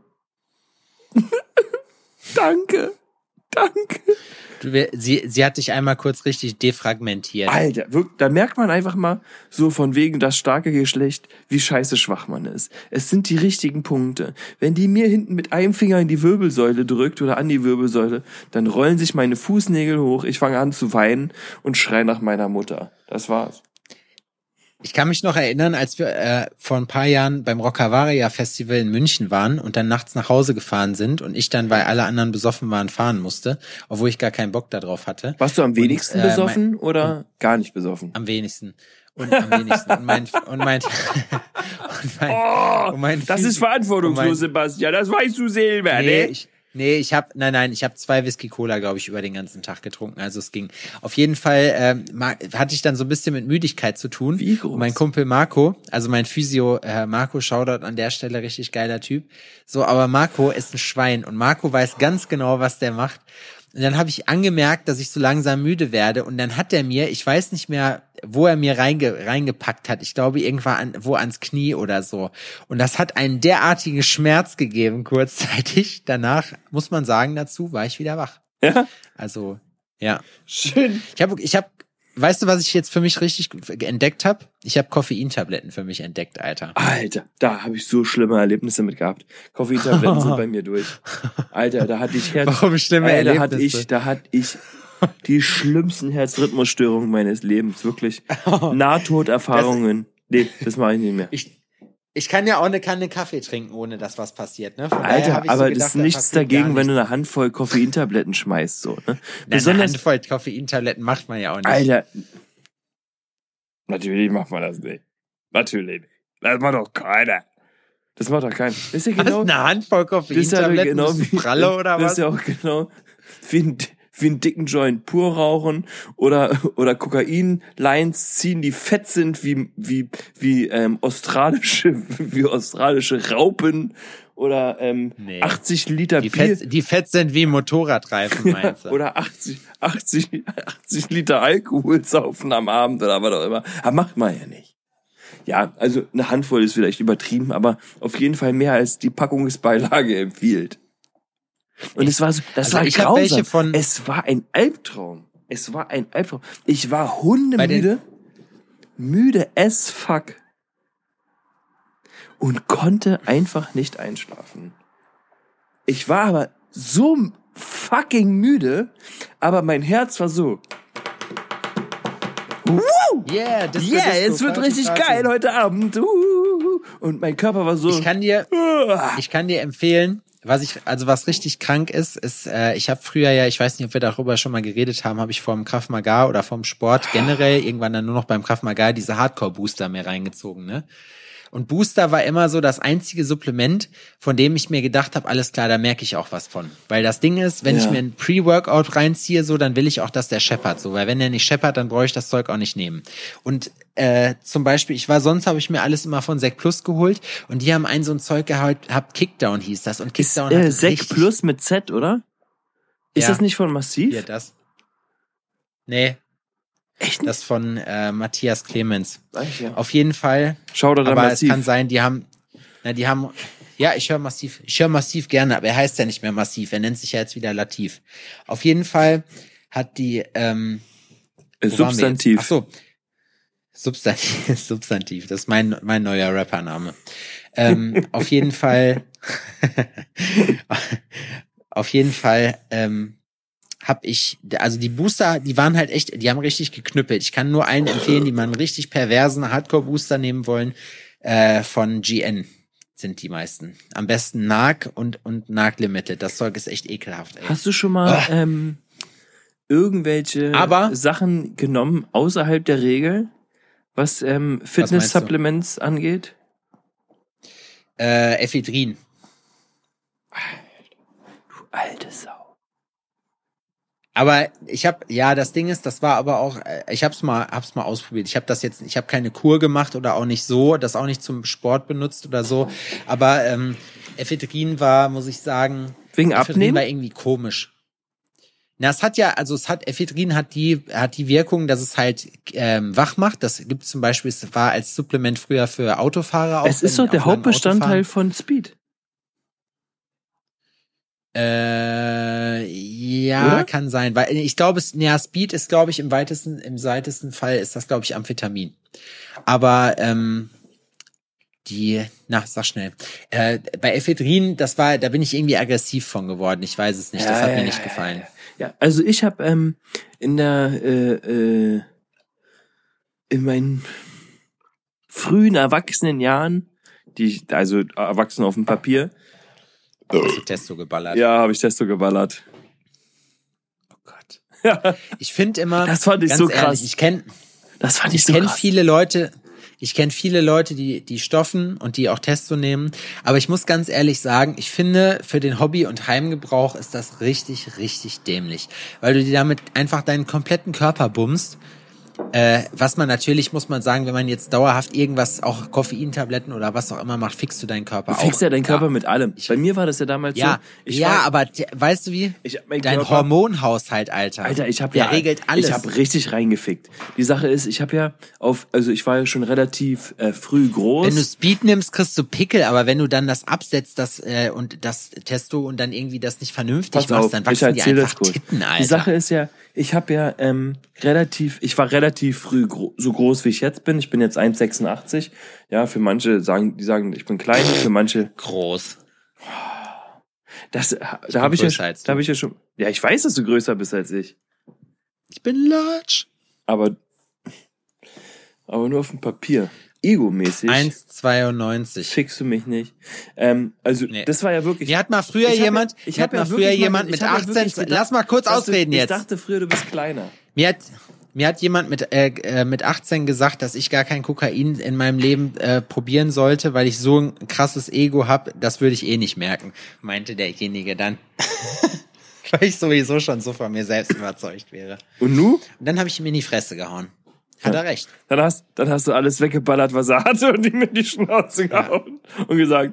danke, danke. Du, wir- sie, sie hat dich einmal kurz richtig defragmentiert. Alter, wirklich, da merkt man einfach mal so von wegen das starke Geschlecht, wie scheiße schwach man ist. Es sind die richtigen Punkte. Wenn die mir hinten mit einem Finger in die Wirbelsäule drückt oder an die Wirbelsäule, dann rollen sich meine Fußnägel hoch, ich fange an zu weinen und schreie nach meiner Mutter. Das war's. Ich kann mich noch erinnern, als wir äh, vor ein paar Jahren beim Rockavaria Festival in München waren und dann nachts nach Hause gefahren sind und ich dann, weil alle anderen besoffen waren, fahren musste, obwohl ich gar keinen Bock darauf hatte. Warst du am wenigsten Und, äh, besoffen mein- oder gar nicht besoffen? Am wenigsten. Und am wenigsten. Und mein, und mein, und mein, Oh, und mein das Physio- ist verantwortungslos, und mein- Sebastian, das weißt du selber, Nee, ne? ich, nee, ich habe, nein, nein, ich habe zwei Whisky Cola, glaube ich, über den ganzen Tag getrunken. Also es ging. Auf jeden Fall ähm, ma- hatte ich dann so ein bisschen mit Müdigkeit zu tun. Wie groß? Und mein Kumpel Marco, also mein Physio äh, Marco, Shoutout an der Stelle, richtig geiler Typ. So, aber Marco ist ein Schwein und Marco weiß ganz genau, was der macht. Und dann habe ich angemerkt, dass ich so langsam müde werde. Und dann hat er mir, ich weiß nicht mehr, wo er mir reinge, reingepackt hat. Ich glaube, irgendwann an, wo ans Knie oder so. Und das hat einen derartigen Schmerz gegeben, kurzzeitig. Danach, muss man sagen, dazu war ich wieder wach. Ja, Also, ja. schön. Ich habe, ich habe, weißt du, was ich jetzt für mich richtig entdeckt habe? Ich habe Koffeintabletten für mich entdeckt, Alter. Alter, da habe ich so schlimme Erlebnisse mit gehabt. Koffeintabletten sind bei mir durch. Alter, da hatte ich Herz. Warum schlimme Ey, da hatte Erlebnisse? ich, da hatte ich die schlimmsten Herzrhythmusstörungen meines Lebens, wirklich. Nahtoderfahrungen. Nee, das mache ich nicht mehr. Ich, ich kann ja auch eine Kanne Kaffee trinken, ohne dass was passiert, ne? Von daher hab Alter, ich aber so das gedacht, ist da nichts passiert dagegen, gar wenn du nichts. eine Handvoll Koffeintabletten schmeißt, so, ne? Nein, eine Besonders, Handvoll Koffeintabletten macht man ja auch nicht. Alter. Natürlich macht man das nicht. Natürlich nicht. Das macht doch keiner. Das macht doch keiner. Das ist ja Was, genau, eine Handvoll das ist ja Koffeintabletten? genau Bist du wie, Pralle oder das was? ist ja auch genau wie ein, wie einen dicken Joint pur rauchen oder, oder Kokain-Lines ziehen, die fett sind wie, wie, wie, ähm, australische, wie australische Raupen oder, ähm, Nee. achtzig Liter Die Bier. fett, die fett sind wie Motorradreifen, meinst du? Oder achtzig, achtzig, achtzig Liter Alkohol saufen am Abend oder was auch immer. Aber macht man ja nicht. Ja, also eine Handvoll ist vielleicht übertrieben, aber auf jeden Fall mehr als die Packungsbeilage empfiehlt. Und es war so, das Also war ich hab grausam. welche von- Es war ein Albtraum. Es war ein Albtraum. Ich war hundemüde, müde as fuck und konnte einfach nicht einschlafen. Ich war aber so fucking müde, aber mein Herz war so, Yeah, das yeah, es wird richtig geil heute Abend. Uh, und mein Körper war so, Ich kann dir, uh, ich kann dir empfehlen, was ich, also was richtig krank ist, ist, äh, ich habe früher ja, ich weiß nicht, ob wir darüber schon mal geredet haben, habe ich vom Krav Maga oder vom Sport generell irgendwann dann nur noch beim Krav Maga diese Hardcore-Booster mir reingezogen, ne? Und Booster war immer so das einzige Supplement, von dem ich mir gedacht habe, alles klar, da merke ich auch was von. Weil das Ding ist, wenn Ja. ich mir ein Pre-Workout reinziehe, so, dann will ich auch, dass der scheppert. So, weil wenn der nicht scheppert, dann brauche ich das Zeug auch nicht nehmen. Und äh, zum Beispiel, ich war sonst, habe ich mir alles immer von Sec Plus geholt und die haben einen so ein Zeug gehabt, habt Kickdown hieß das. Und ist Kickdown äh, hat Sec richtig- Plus mit Z, oder? Ist Ja. das nicht von Massiv? Hier, das. Nee, Echt nicht? das von äh, Matthias Clemens. Weiß ja. Auf jeden Fall. Schau da Aber Massiv. es kann sein, die haben, na, die haben, ja, ich höre massiv, ich höre massiv gerne, aber er heißt ja nicht mehr massiv, er nennt sich ja jetzt wieder Latif. Auf jeden Fall hat die, ähm, Äh, wo waren wir jetzt? Substantiv. Ach so. Substantiv, Substantiv, das ist mein, mein neuer Rappername. Ähm, auf jeden Fall, auf jeden Fall, ähm, hab ich, also die Booster, die waren halt echt, die haben richtig geknüppelt. Ich kann nur einen empfehlen, die mal einen richtig perversen Hardcore-Booster nehmen wollen, äh, von G N sind die meisten. Am besten N A G und, und N A G Limited. Das Zeug ist echt ekelhaft, ey. Hast du schon mal ähm, irgendwelche Aber, Sachen genommen außerhalb der Regel, was ähm, Fitness-Supplements angeht? Äh, Ephedrin. Du alte Sau. Aber ich habe, ja, das Ding ist, das war aber auch, ich hab's mal, hab's mal ausprobiert. Ich habe das jetzt, ich habe keine Kur gemacht oder auch nicht so, das auch nicht zum Sport benutzt oder so. Aber ähm, Ephedrin war, muss ich sagen, wegen Ephedrin Abnehmen war irgendwie komisch. Na, es hat ja, also es hat, Ephedrin hat die, hat die Wirkung, dass es halt ähm, wach macht. Das gibt zum Beispiel, es war als Supplement früher für Autofahrer auch. Es ist doch der Hauptbestandteil von Speed. Äh, ja, Oder? kann sein, weil ich glaube, es, ja, Speed ist, glaube ich, im weitesten, im weitesten Fall ist das, glaube ich, Amphetamin. Aber ähm, die, na, sag schnell. Äh, bei Ephedrin, das war, da bin ich irgendwie aggressiv von geworden. Ich weiß es nicht, das ja, hat ja, mir nicht ja, gefallen. Ja, ja, also ich habe ähm, in der äh, äh, in meinen frühen erwachsenen Jahren, die ich, also erwachsen auf dem Papier, hast du Testo geballert? Ja, habe ich Testo geballert. Oh Gott. Ja. Ich finde immer, das fand ich ganz so krass. Ehrlich, ich kenne, das fand ich, ich so kenne krass. viele Leute. Ich kenne viele Leute, die die stoffen und die auch Testo nehmen. Aber ich muss ganz ehrlich sagen, ich finde, für den Hobby- und Heimgebrauch ist das richtig, richtig dämlich. Weil du dir damit einfach deinen kompletten Körper bummst. Äh, was man natürlich, muss man sagen, wenn man jetzt dauerhaft irgendwas, auch Koffeintabletten oder was auch immer macht, fixst du deinen Körper du auch. Du fixst ja deinen Körper ja. mit allem. Bei mir war das ja damals ja, so. Ich ja, war, aber weißt du wie? Ich, mein Dein Körper, Hormonhaushalt, Alter. Alter, ich habe der ja, regelt alles. Ich habe richtig reingefickt. Die Sache ist, ich habe ja auf, also ich war ja schon relativ äh, früh groß. Wenn du Speed nimmst, kriegst du Pickel, aber wenn du dann das absetzt, das äh, und das Testo und dann irgendwie das nicht vernünftig Pass machst, auf, dann wachsen die einfach Titten, Alter. Die Sache ist ja, ich habe ja ähm, relativ, ich war relativ früh gro- so groß wie ich jetzt bin. Ich bin jetzt eins Komma sechsundachtzig. Ja, für manche sagen, die sagen, ich bin klein, für manche groß. Das, da habe ich ja, da habe ich ja schon. Ja, ich weiß, dass du größer bist als ich. Ich bin large. Aber, aber nur auf dem Papier. Ego-mäßig. eins Komma zweiundneunzig. Fickst du mich nicht. Ähm, also, nee. Das war ja wirklich. Mir hat mal früher ich jemand, hab, ich mir hat mal früher jemand mit achtzehn, gedacht, lass mal kurz ausreden du, jetzt. Ich dachte früher, du bist kleiner. Mir hat, mir hat jemand mit, äh, mit achtzehn gesagt, dass ich gar kein Kokain in meinem Leben äh, probieren sollte, weil ich so ein krasses Ego hab, das würde ich eh nicht merken, meinte derjenige dann. Weil ich sowieso schon so von mir selbst überzeugt wäre. Und nu? Und dann habe ich ihm in die Fresse gehauen. Hat ja. er recht. Dann hast, dann hast du alles weggeballert, was er hatte und ihm in die Schnauze gehauen ja. und gesagt,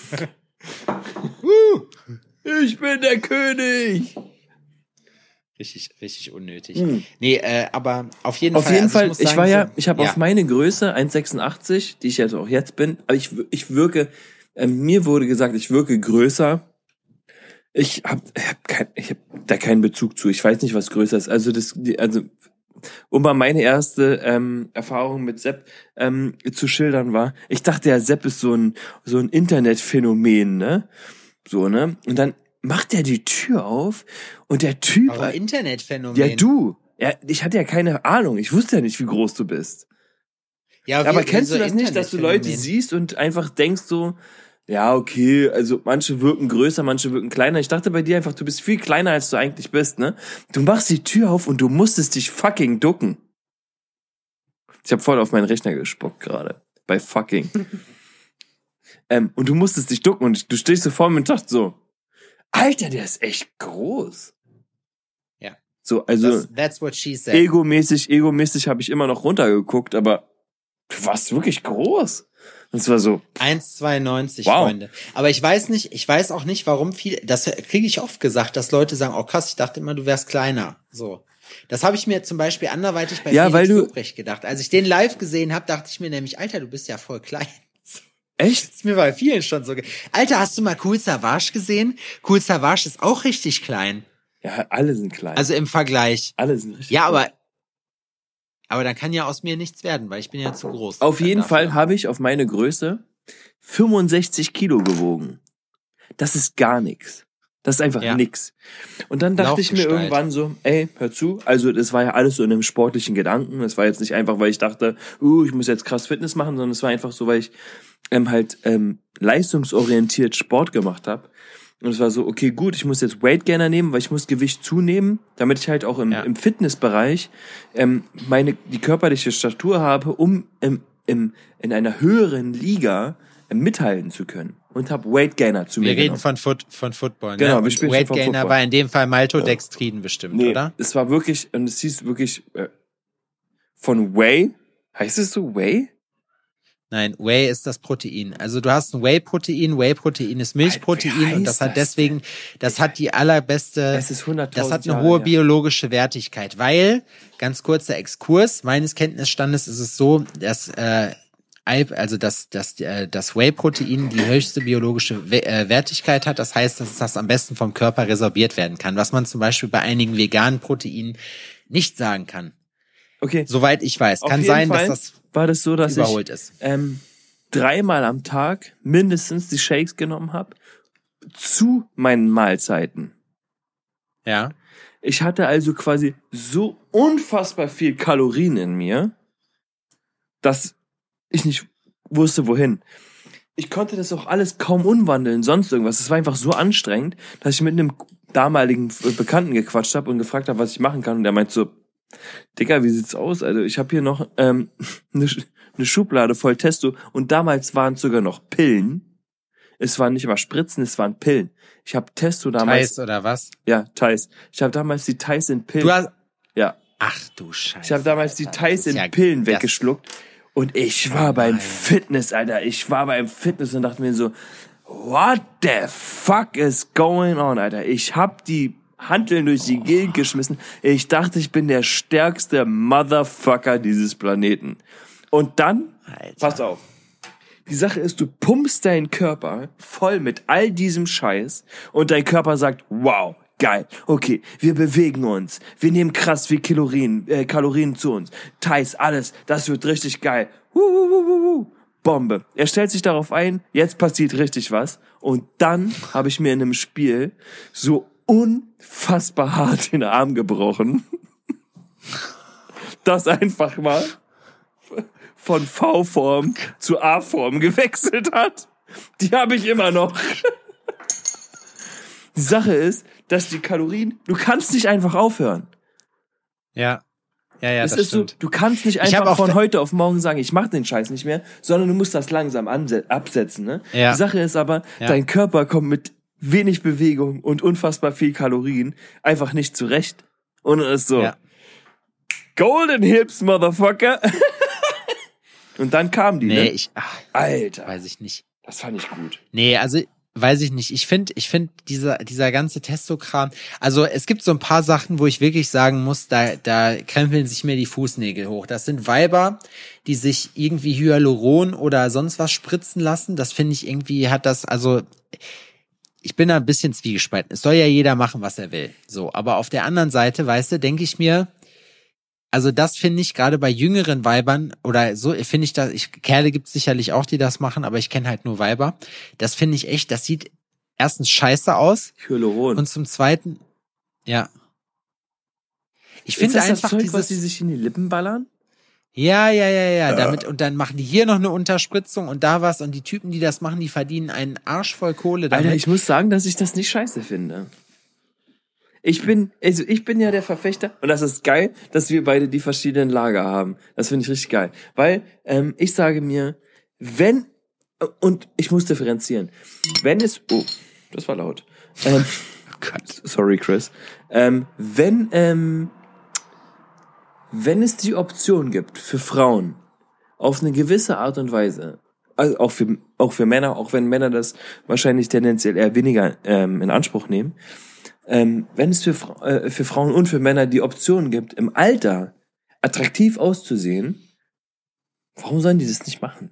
ich bin der König. Richtig, richtig unnötig. Hm. Nee, äh, aber auf jeden auf Fall. Auf jeden also Fall, ich, muss ich sagen, war ja, so, ich habe ja. auf meine Größe eins Komma sechsundachtzig, die ich jetzt auch jetzt bin, aber ich, ich wirke, äh, mir wurde gesagt, ich wirke größer. Ich habe hab kein, ich hab da keinen Bezug zu. Ich weiß nicht, was größer ist. Also das, also um mal meine erste ähm, Erfahrung mit Sepp ähm, zu schildern war, ich dachte ja, Sepp ist so ein so ein Internetphänomen, ne? So, ne? Und dann macht er die Tür auf und der Typ... Aber Internetphänomen. Ja, du. Ja, ich hatte ja keine Ahnung. Ich wusste ja nicht, wie groß du bist. Ja, wie, aber kennst so du das nicht, dass du Leute siehst und einfach denkst so, ja, okay, also manche wirken größer, manche wirken kleiner. Ich dachte bei dir einfach, du bist viel kleiner, als du eigentlich bist, ne? Du machst die Tür auf und du musstest dich fucking ducken. Ich habe voll auf meinen Rechner gespuckt gerade. Bei fucking. ähm, und du musstest dich ducken und du stehst so vor mir und dachtest so, Alter, der ist echt groß. Ja. So, also that's, that's what she said. Egomäßig, egomäßig habe ich immer noch runtergeguckt, aber du warst wirklich groß. Und es war so eins Komma zweiundneunzig, wow. Freunde. Aber ich weiß nicht, ich weiß auch nicht, warum viel, das kriege ich oft gesagt, dass Leute sagen, oh krass, ich dachte immer, du wärst kleiner. So. Das habe ich mir zum Beispiel anderweitig bei ja, Felix weil du Lobrecht gedacht. Als ich den live gesehen habe, dachte ich mir nämlich, Alter, du bist ja voll klein. Echt? Das ist mir bei vielen schon so. Ge- Alter, hast du mal Kool Savas gesehen? Kool Savas ist auch richtig klein. Ja, alle sind klein. Also im Vergleich. Alle sind richtig Ja, klein. aber aber dann kann ja aus mir nichts werden, weil ich bin ja zu groß. Auf jeden Fall habe ich auf meine Größe fünfundsechzig Kilo gewogen. Das ist gar nichts. Das ist einfach ja. nix. Und dann dachte ich mir irgendwann so, ey, hör zu. Also das war ja alles so in einem sportlichen Gedanken. Das war jetzt nicht einfach, weil ich dachte, uh, ich muss jetzt krass Fitness machen, sondern es war einfach so, weil ich ähm, halt ähm, leistungsorientiert Sport gemacht habe. Und es war so, okay, gut, ich muss jetzt Weight Gainer nehmen, weil ich muss Gewicht zunehmen, damit ich halt auch im, ja. im Fitnessbereich ähm, meine die körperliche Statur habe, um im, im, in einer höheren Liga äh, mithalten zu können. Und habe Weight Gainer zu wir mir Wir reden genommen. von, Foot, von Football. Genau, ne? wir spielen Weight von Gainer Football. war in dem Fall Maltodextrin ja. bestimmt, nee, oder? Es war wirklich, und es hieß wirklich äh, von Whey. Heißt es so Whey? Nein, Whey ist das Protein. Also du hast ein Whey-Protein, Whey-Protein ist Milchprotein und das hat deswegen, das hat die allerbeste, es ist das hat eine Jahre, hohe ja. biologische Wertigkeit, weil, ganz kurzer Exkurs, meines Kenntnisstandes ist es so, dass äh, also dass das das Whey-Protein die höchste biologische Wertigkeit hat. Das heißt, dass das am besten vom Körper resorbiert werden kann, was man zum Beispiel bei einigen veganen Proteinen nicht sagen kann. Okay. Soweit ich weiß. Auf kann jeden sein, Fall dass das war das so, dass überholt ich ist. Ähm, dreimal am Tag mindestens die Shakes genommen habe zu meinen Mahlzeiten. Ja. Ich hatte also quasi so unfassbar viel Kalorien in mir, dass ich nicht wusste, wohin. Ich konnte das auch alles kaum umwandeln, sonst irgendwas. Es war einfach so anstrengend, dass ich mit einem damaligen Bekannten gequatscht habe und gefragt habe, was ich machen kann. Und der meint so, Digga, wie sieht's aus? Also ich habe hier noch ähm, eine, eine Schublade voll Testo und damals waren sogar noch Pillen. Es waren nicht mal Spritzen, es waren Pillen. Ich habe Testo damals... Thais oder was? Ja, Thais. Ich habe damals die Thais in Pillen... Du hast... Ja. Ach du Scheiße. Ich habe damals die Thais in ja, Pillen weggeschluckt. Und ich war oh beim Fitness, Alter. Ich war beim Fitness und dachte mir so, what the fuck is going on, Alter? Ich hab die Hanteln durch die oh. Gegend geschmissen. Ich dachte, ich bin der stärkste Motherfucker dieses Planeten. Und dann, Alter. Pass auf. Die Sache ist, du pumpst deinen Körper voll mit all diesem Scheiß und dein Körper sagt, wow, geil, okay, wir bewegen uns, wir nehmen krass viel Kalorien, äh, Kalorien zu uns, Thais, alles, das wird richtig geil, Huhuhuhu. Bombe. Er stellt sich darauf ein, jetzt passiert richtig was und dann habe ich mir in einem Spiel so unfassbar hart den Arm gebrochen, dass einfach mal von V-Form zu A-Form gewechselt hat. Die habe ich immer noch. Die Sache ist, dass die Kalorien, du kannst nicht einfach aufhören. Ja, ja, ja, es das ist stimmt. So, du kannst nicht einfach von heute auf morgen sagen, ich mache den Scheiß nicht mehr, sondern du musst das langsam anse- absetzen. Ne? Ja. Die Sache ist aber, ja. dein Körper kommt mit wenig Bewegung und unfassbar viel Kalorien einfach nicht zurecht. Und es ist so, ja. Golden Hips, Motherfucker. Und dann kam die, nee, ne? ich, ach, Alter. Weiß ich nicht. Das fand ich gut. Nee, also, weiß ich nicht. Ich finde, ich finde dieser, dieser ganze Testo-Kram, also es gibt so ein paar Sachen, wo ich wirklich sagen muss, da, da krempeln sich mir die Fußnägel hoch. Das sind Weiber, die sich irgendwie Hyaluron oder sonst was spritzen lassen. Das finde ich irgendwie, hat das, also, ich bin da ein bisschen zwiegespalten. Es soll ja jeder machen, was er will. So, aber auf der anderen Seite, weißt du, denke ich mir, also das finde ich gerade bei jüngeren Weibern oder so, finde ich das, ich, Kerle gibt es sicherlich auch, die das machen, aber ich kenne halt nur Weiber. Das finde ich echt, das sieht erstens scheiße aus. Hyaluron. Und zum Zweiten, ja. Ich finde das einfach das Zeug, dieses, was die sich in die Lippen ballern? Ja, ja, ja, ja, ja, damit, und dann machen die hier noch eine Unterspritzung und da was und die Typen, die das machen, die verdienen einen Arsch voll Kohle damit. Alter, ich muss sagen, dass ich das nicht scheiße finde. Ich bin, also ich bin ja der Verfechter und das ist geil, dass wir beide die verschiedenen Lager haben. Das finde ich richtig geil, weil ähm, ich sage mir, wenn und ich muss differenzieren, wenn es, oh, das war laut. Ähm, sorry, Chris. Ähm, wenn ähm, wenn es die Option gibt für Frauen auf eine gewisse Art und Weise, also auch für auch für Männer, auch wenn Männer das wahrscheinlich tendenziell eher weniger ähm, in Anspruch nehmen. Ähm, wenn es für, äh, für Frauen und für Männer die Option gibt, im Alter attraktiv auszusehen, warum sollen die das nicht machen?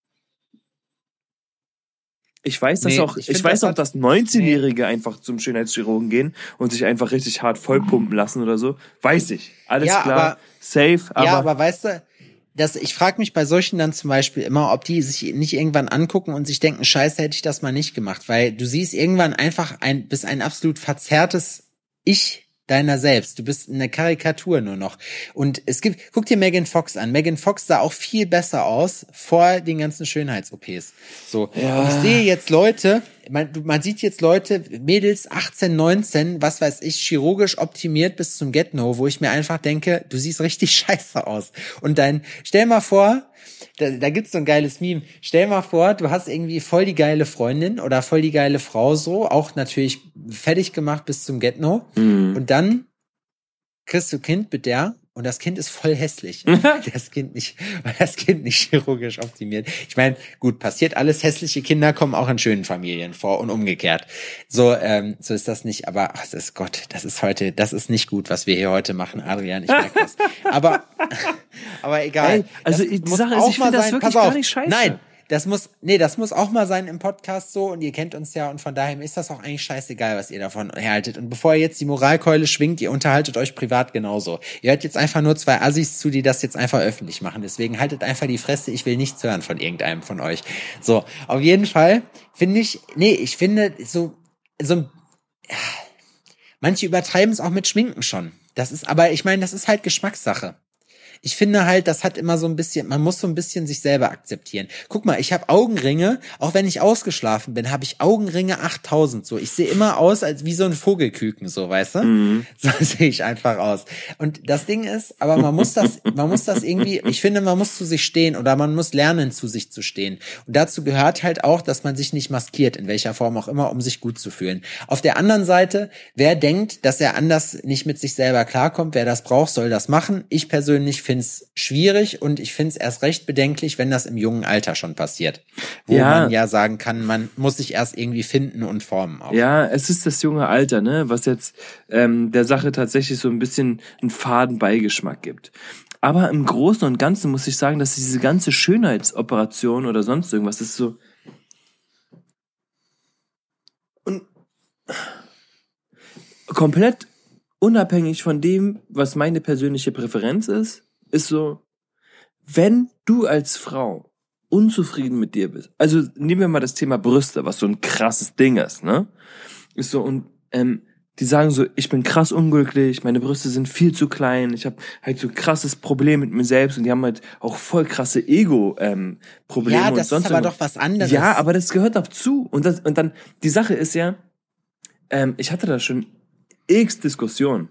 Ich weiß, dass nee, auch, ich, ich weiß das auch, dass neunzehnjährige nee. einfach zum Schönheitschirurgen gehen und sich einfach richtig hart vollpumpen lassen oder so. Weiß ich. Alles ja, klar. Aber, safe. Aber ja, aber weißt du, das, ich frage mich bei solchen dann zum Beispiel immer, ob die sich nicht irgendwann angucken und sich denken, scheiße, hätte ich das mal nicht gemacht, weil du siehst irgendwann einfach ein, bist ein absolut verzerrtes Ich deiner selbst. Du bist eine Karikatur nur noch. Und es gibt, guck dir Megan Fox an. Megan Fox sah auch viel besser aus vor den ganzen Schönheits-O Ps. So. Ja. Und ich sehe jetzt Leute, man, man sieht jetzt Leute, Mädels achtzehn, neunzehn, was weiß ich, chirurgisch optimiert bis zum Get-No, wo ich mir einfach denke, du siehst richtig scheiße aus. Und dann, stell mal vor, Da, da gibt's so ein geiles Meme. Stell mal vor, du hast irgendwie voll die geile Freundin oder voll die geile Frau so, auch natürlich fertig gemacht bis zum Get-No. Mhm. Und dann kriegst du Kind mit der und das Kind ist voll hässlich. das Kind nicht, weil das Kind nicht chirurgisch optimiert. Ich meine, gut, passiert alles. Hässliche Kinder kommen auch in schönen Familien vor und umgekehrt. So, ähm, so ist das nicht. Aber ach, das ist Gott, das ist heute, das ist nicht gut, was wir hier heute machen, Adrian. Ich merke das. Aber, aber egal. Ey, also die Sache ist, ich finde das wirklich gar nicht scheiße. Nein. Das muss, nee, das muss auch mal sein im Podcast so und ihr kennt uns ja und von daher ist das auch eigentlich scheißegal, was ihr davon haltet. Und bevor ihr jetzt die Moralkeule schwingt, ihr unterhaltet euch privat genauso. Ihr hört jetzt einfach nur zwei Assis zu, die das jetzt einfach öffentlich machen. Deswegen haltet einfach die Fresse, ich will nichts hören von irgendeinem von euch. So, auf jeden Fall finde ich, nee, ich finde so, so, ja, manche übertreiben es auch mit Schminken schon. Das ist, aber ich meine, das ist halt Geschmackssache. Ich finde halt, das hat immer so ein bisschen, man muss so ein bisschen sich selber akzeptieren. Guck mal, ich habe Augenringe, auch wenn ich ausgeschlafen bin, habe ich Augenringe achttausend so. Ich sehe immer aus als wie so ein Vogelküken, so, weißt du? Mhm. So sehe ich einfach aus. Und das Ding ist, aber man muss das, man muss das irgendwie, ich finde, man muss zu sich stehen oder man muss lernen, zu sich zu stehen. Und dazu gehört halt auch, dass man sich nicht maskiert, in welcher Form auch immer, um sich gut zu fühlen. Auf der anderen Seite, wer denkt, dass er anders nicht mit sich selber klarkommt, wer das braucht, soll das machen. Ich persönlich finde finde es schwierig und ich finde es erst recht bedenklich, wenn das im jungen Alter schon passiert. Wo ja. man ja sagen kann, man muss sich erst irgendwie finden und formen. Auch. Ja, es ist das junge Alter, ne, was jetzt ähm, der Sache tatsächlich so ein bisschen einen faden Beigeschmack gibt. Aber im Großen und Ganzen muss ich sagen, dass diese ganze Schönheitsoperation oder sonst irgendwas ist so... Und komplett unabhängig von dem, was meine persönliche Präferenz ist, ist so, wenn du als Frau unzufrieden mit dir bist, also nehmen wir mal das Thema Brüste, was so ein krasses Ding ist, ne? Ist so, und ähm, die sagen so, ich bin krass unglücklich, meine Brüste sind viel zu klein, ich habe halt so krasses Problem mit mir selbst und die haben halt auch voll krasse Ego-Probleme. Ja, das und sonst ist aber irgendwas. doch was anderes. Ja, aber das gehört dazu. Und, das, und dann, die Sache ist ja, ähm, ich hatte da schon x Diskussionen.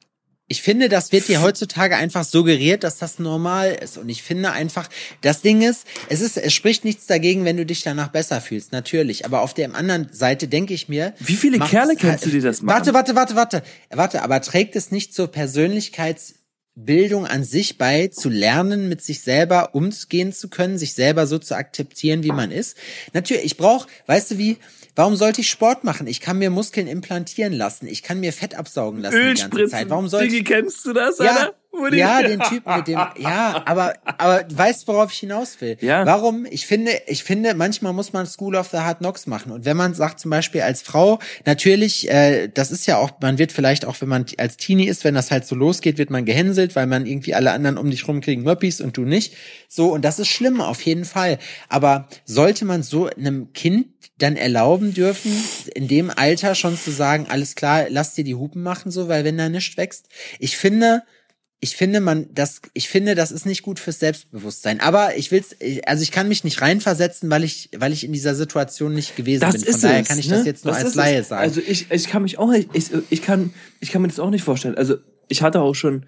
Ich finde, das wird dir heutzutage einfach suggeriert, dass das normal ist. Und ich finde einfach, das Ding ist, es ist, es spricht nichts dagegen, wenn du dich danach besser fühlst, natürlich. Aber auf der anderen Seite denke ich mir, wie viele Kerle kennst du, die das machen? Warte, warte, warte, warte, warte. Aber trägt es nicht zur Persönlichkeitsbildung an sich bei, zu lernen, mit sich selber umgehen zu können, sich selber so zu akzeptieren, wie man ist? Natürlich, ich brauche, weißt du wie? Warum sollte ich Sport machen? Ich kann mir Muskeln implantieren lassen. Ich kann mir Fett absaugen lassen die ganze Zeit. Warum soll ich? Kennst du das, ja, Alter? Ja, den Typen mit dem, ja, aber, aber du weißt, worauf ich hinaus will. Ja. Warum? Ich finde, ich finde, manchmal muss man School of the Hard Knocks machen. Und wenn man sagt, zum Beispiel als Frau, natürlich, äh, das ist ja auch, man wird vielleicht auch, wenn man als Teenie ist, wenn das halt so losgeht, wird man gehänselt, weil man irgendwie alle anderen um dich rum kriegen Möppis und du nicht. So, und das ist schlimm, auf jeden Fall. Aber sollte man so einem Kind dann erlauben dürfen, in dem Alter schon zu sagen, alles klar, lass dir die Hupen machen, so, weil wenn da nichts wächst. Ich finde, Ich finde, man, das, ich finde, das ist nicht gut fürs Selbstbewusstsein. Aber ich will's, also ich kann mich nicht reinversetzen, weil ich, weil ich in dieser Situation nicht gewesen das bin. Von Von daher es, kann ich ne? das jetzt nur das als Laie sagen. Also ich, ich kann mich auch nicht, ich, ich kann, ich kann mir das auch nicht vorstellen. Also ich hatte auch schon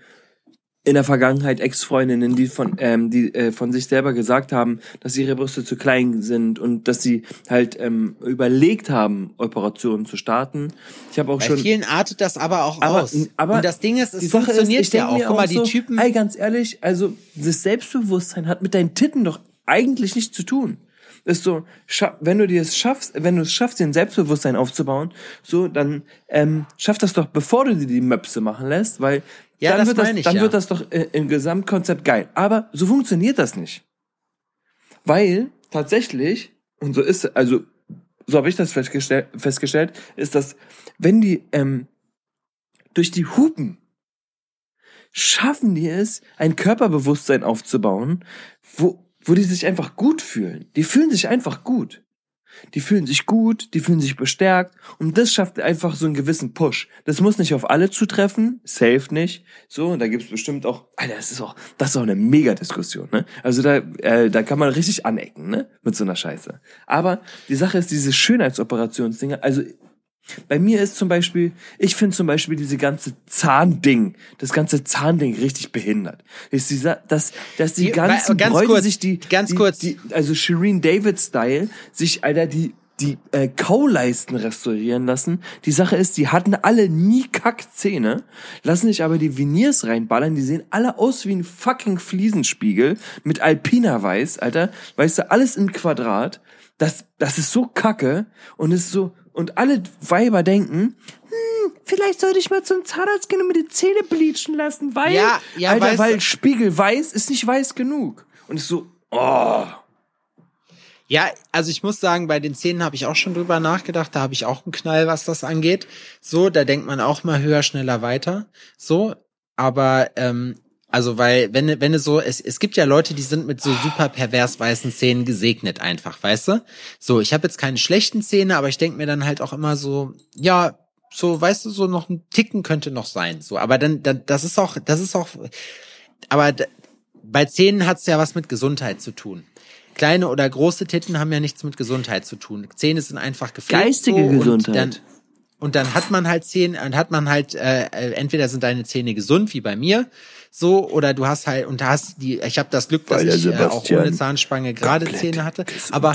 in der Vergangenheit Ex-Freundinnen, die von, ähm, die äh, von sich selber gesagt haben, dass ihre Brüste zu klein sind und dass sie halt ähm, überlegt haben, Operationen zu starten. Ich habe auch Bei schon. Bei vielen artet das aber auch aber, aus. Aber und das Ding ist, es funktioniert ist, ja auch. Guck mal, die so, Typen. Ey, ganz ehrlich, also das Selbstbewusstsein hat mit deinen Titten doch eigentlich nichts zu tun. Ist so, wenn du dir es schaffst, wenn du es schaffst, dir ein Selbstbewusstsein aufzubauen, so dann ähm, schaff das doch, bevor du dir die Möpse machen lässt, weil ja, dann, das wird, das, ich, dann ja. wird das doch äh, im Gesamtkonzept geil. Aber so funktioniert das nicht. Weil tatsächlich, und so ist, also so habe ich das festgestellt, festgestellt, ist, dass wenn die ähm, durch die Hupen schaffen die es, ein Körperbewusstsein aufzubauen, wo, wo die sich einfach gut fühlen. Die fühlen sich einfach gut. Die fühlen sich gut, die fühlen sich bestärkt und das schafft einfach so einen gewissen Push. Das muss nicht auf alle zutreffen, safe nicht. So, und da gibt's bestimmt auch, Alter, das ist auch, das ist auch eine Mega-Diskussion, ne? Also da, äh, da kann man richtig anecken, ne? Mit so einer Scheiße. Aber die Sache ist, diese Schönheitsoperationsdinger, also bei mir ist zum Beispiel, ich finde zum Beispiel diese ganze Zahnding, das ganze Zahnding richtig behindert. Ist dieser, dass, dass die, die ganzen ganz Bräute kurz, sich die, ganz die, kurz, die, also Shireen David-Style, sich, Alter, die, die äh, Kauleisten restaurieren lassen. Die Sache ist, die hatten alle nie Kackzähne, lassen sich aber die Veneers reinballern, die sehen alle aus wie ein fucking Fliesenspiegel mit Alpina-Weiß, Alter, weißt du, alles in Quadrat. Das, das ist so kacke und ist so, und alle Weiber denken, hm, vielleicht sollte ich mal zum Zahnarzt gehen und mir die Zähne bleachen lassen, weil, ja, ja, Alter, weil du, Spiegel weiß ist nicht weiß genug. Und ist so, oh. Ja, also ich muss sagen, bei den Zähnen habe ich auch schon drüber nachgedacht, da habe ich auch einen Knall, was das angeht. So, da denkt man auch mal höher, schneller, weiter. So, aber, ähm, also, weil, wenn, wenn du so, es, es gibt ja Leute, die sind mit so super pervers weißen Zähnen gesegnet einfach, weißt du? So, ich habe jetzt keine schlechten Zähne, aber ich denk mir dann halt auch immer so, ja, so, weißt du, so noch ein Ticken könnte noch sein, so, aber dann, dann das ist auch, das ist auch, aber d- bei Zähnen hat's ja was mit Gesundheit zu tun. Kleine oder große Titten haben ja nichts mit Gesundheit zu tun. Zähne sind einfach gepflegt. Geistige so, Gesundheit. Und dann, und dann hat man halt Zähne, dann hat man halt, äh, entweder sind deine Zähne gesund, wie bei mir, so, oder du hast halt, und hast die, ich habe das Glück, dass ich äh, auch ohne Zahnspange gerade Zähne hatte, aber,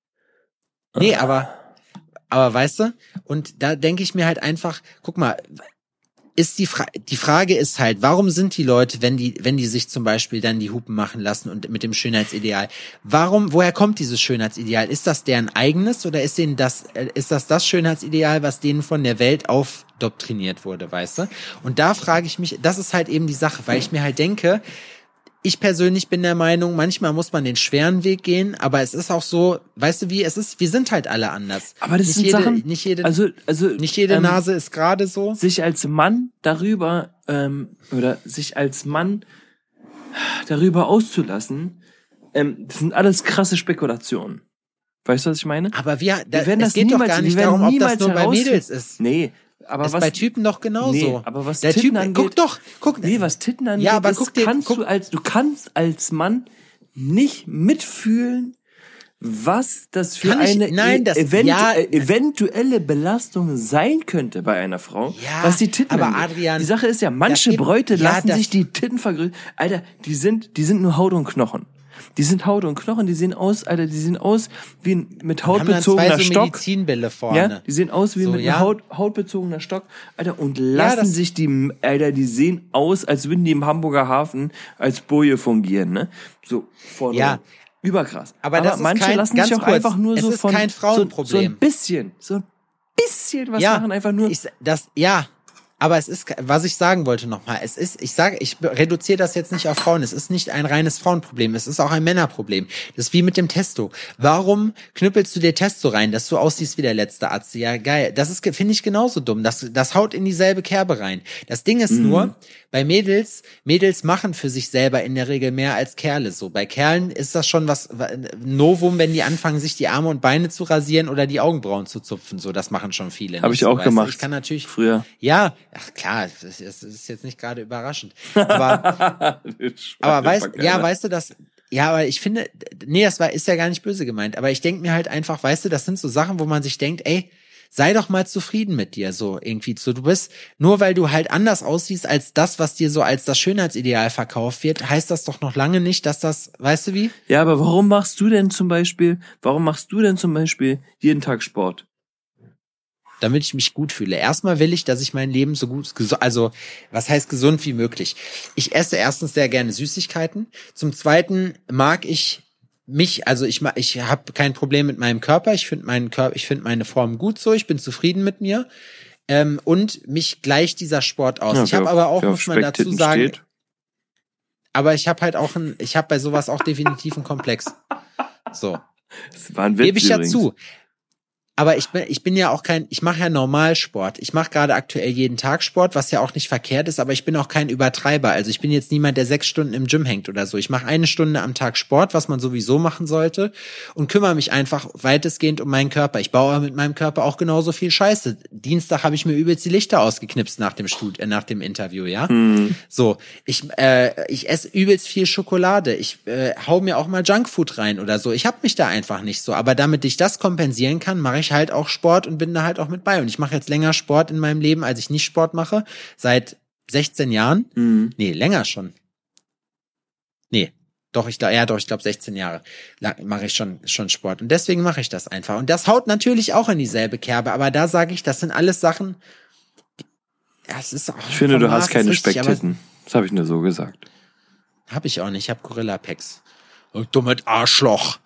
nee, aber, aber weißt du, und da denke ich mir halt einfach, guck mal, ist die Fra- die Frage ist halt, warum sind die Leute, wenn die wenn die sich zum Beispiel dann die Hupen machen lassen und mit dem Schönheitsideal, warum, woher kommt dieses Schönheitsideal? Ist das deren eigenes oder ist denen das äh, ist das das Schönheitsideal, was denen von der Welt aufdoktriniert wurde, weißt du? Und da frage ich mich, das ist halt eben die Sache, weil ich mir halt denke, ich persönlich bin der Meinung, manchmal muss man den schweren Weg gehen, aber es ist auch so, weißt du wie, es ist, wir sind halt alle anders. Aber das nicht sind jede, Sachen, nicht jede, also, also, nicht jede ähm, Nase ist gerade so. Sich als Mann darüber, ähm, oder sich als Mann darüber auszulassen, ähm, das sind alles krasse Spekulationen. Weißt du, was ich meine? Aber wir, da, wir werden es das geht niemals, doch gar nicht wir werden darum, ob das niemals nur bei herausfinden. Mädels ist. Nee. Aber das was, ist bei Typen doch genauso. Nee, aber was der Titten Typ, angeht, guck doch, guck. Nee, was Titten angeht, ja, aber ist, guck dir, kannst guck, du als, du kannst als Mann nicht mitfühlen, was das für Kann ich- eine nein, das- eventu ja, äh, eventuelle Belastung sein könnte bei einer Frau, Ja, was die Titten aber angeht. Adrian, die Sache ist ja, manche gibt- Bräute ja, lassen das- sich die Titten vergrößern. Alter, die sind, die sind nur Haut und Knochen. Die sind Haut und Knochen, die sehen aus, Alter, die sehen aus wie ein mit haben dann hautbezogener zwei so Stock. Medizinbälle vorne. Ja, die sehen aus wie So, mit ja. einem Haut, hautbezogener Stock, Alter, und lassen das- sich die, Alter, die sehen aus, als würden die im Hamburger Hafen als Boje fungieren, ne? So, vorne. Ja. Überkrass. Aber das ist manche kein- lassen ganz sich auch kurz, einfach nur es so ist von, kein so, so Frauenproblem. ein bisschen, so ein bisschen was ja, machen, einfach nur. Ich, das, ja. Aber es ist, was ich sagen wollte nochmal, es ist, ich sage, ich reduziere das jetzt nicht auf Frauen, es ist nicht ein reines Frauenproblem, es ist auch ein Männerproblem. Das ist wie mit dem Testo. Warum knüppelst du dir Testo rein, dass du aussiehst wie der letzte Arzt? Ja, geil. Das ist, finde ich, genauso dumm. Das, das haut in dieselbe Kerbe rein. Das Ding ist Mhm. nur, bei Mädels, Mädels machen für sich selber in der Regel mehr als Kerle so. Bei Kerlen ist das schon was, Novum, wenn die anfangen, sich die Arme und Beine zu rasieren oder die Augenbrauen zu zupfen. So, das machen schon viele. Habe nicht ich so, auch weißt du? gemacht. Ich kann natürlich, früher. ja, ach klar, das ist, das ist jetzt nicht gerade überraschend. Aber, aber weißt, ja, weißt du, das, ja, aber ich finde, nee, das war, ist ja gar nicht böse gemeint, aber ich denke mir halt einfach, weißt du, das sind so Sachen, wo man sich denkt, ey, sei doch mal zufrieden mit dir, so irgendwie so. Du bist, nur weil du halt anders aussiehst als das, was dir so als das Schönheitsideal verkauft wird, heißt das doch noch lange nicht, dass das, weißt du wie? Ja, aber warum machst du denn zum Beispiel, warum machst du denn zum Beispiel jeden Tag Sport? Damit ich mich gut fühle. Erstmal will ich, dass ich mein Leben so gut, also was heißt gesund wie möglich. Ich esse erstens sehr gerne Süßigkeiten. Zum Zweiten mag ich mich, also ich ich habe kein Problem mit meinem Körper. Ich finde meinen Körper, ich finde meine Form gut so. Ich bin zufrieden mit mir. Ähm, und mich gleicht dieser Sport aus. Ja, ich habe auf, aber auch, wer muss auf man dazu sagen, steht. aber ich habe halt auch ein, ich habe bei sowas auch definitiv einen Komplex. So. Das war ein Witz Gebe ich ja übrigens. zu. Aber ich bin, ich bin ja auch kein, ich mache ja Normalsport. Ich mache gerade aktuell jeden Tag Sport, was ja auch nicht verkehrt ist, aber ich bin auch kein Übertreiber. Also ich bin jetzt niemand, der sechs Stunden im Gym hängt oder so. Ich mache eine Stunde am Tag Sport, was man sowieso machen sollte, und kümmere mich einfach weitestgehend um meinen Körper. Ich baue mit meinem Körper auch genauso viel Scheiße. Dienstag habe ich mir übelst die Lichter ausgeknipst nach dem Stud- äh, nach dem Interview, ja. Mhm. So, ich, äh, ich esse übelst viel Schokolade. Ich äh, hau mir auch mal Junkfood rein oder so. Ich habe mich da einfach nicht so. Aber damit ich das kompensieren kann, mache ich halt auch Sport und bin da halt auch mit bei. Und ich mache jetzt länger Sport in meinem Leben, als ich nicht Sport mache. Seit sechzehn Jahren. Mhm. Nee, länger schon. Nee, doch, ich glaube, ja doch, ich glaube sechzehn Jahre mache ich schon schon Sport. Und deswegen mache ich das einfach. Und das haut natürlich auch in dieselbe Kerbe. Aber da sage ich, das sind alles Sachen, ja, es ist auch ich finde, du hast keine Specktitten. Das habe ich nur so gesagt. Habe ich auch nicht. Ich habe Gorilla-Packs. Oh, dummes Arschloch.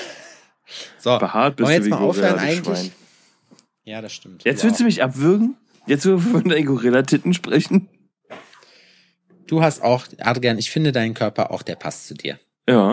So, behaart bist wollen wir jetzt du wie mal aufhören Gorilla, eigentlich? Schwein. Ja, das stimmt. Jetzt willst du mich abwürgen? Jetzt, wo wir von deinen Gorilla-Titten sprechen? Du hast auch, Adrian, ich finde deinen Körper auch, der passt zu dir. Ja.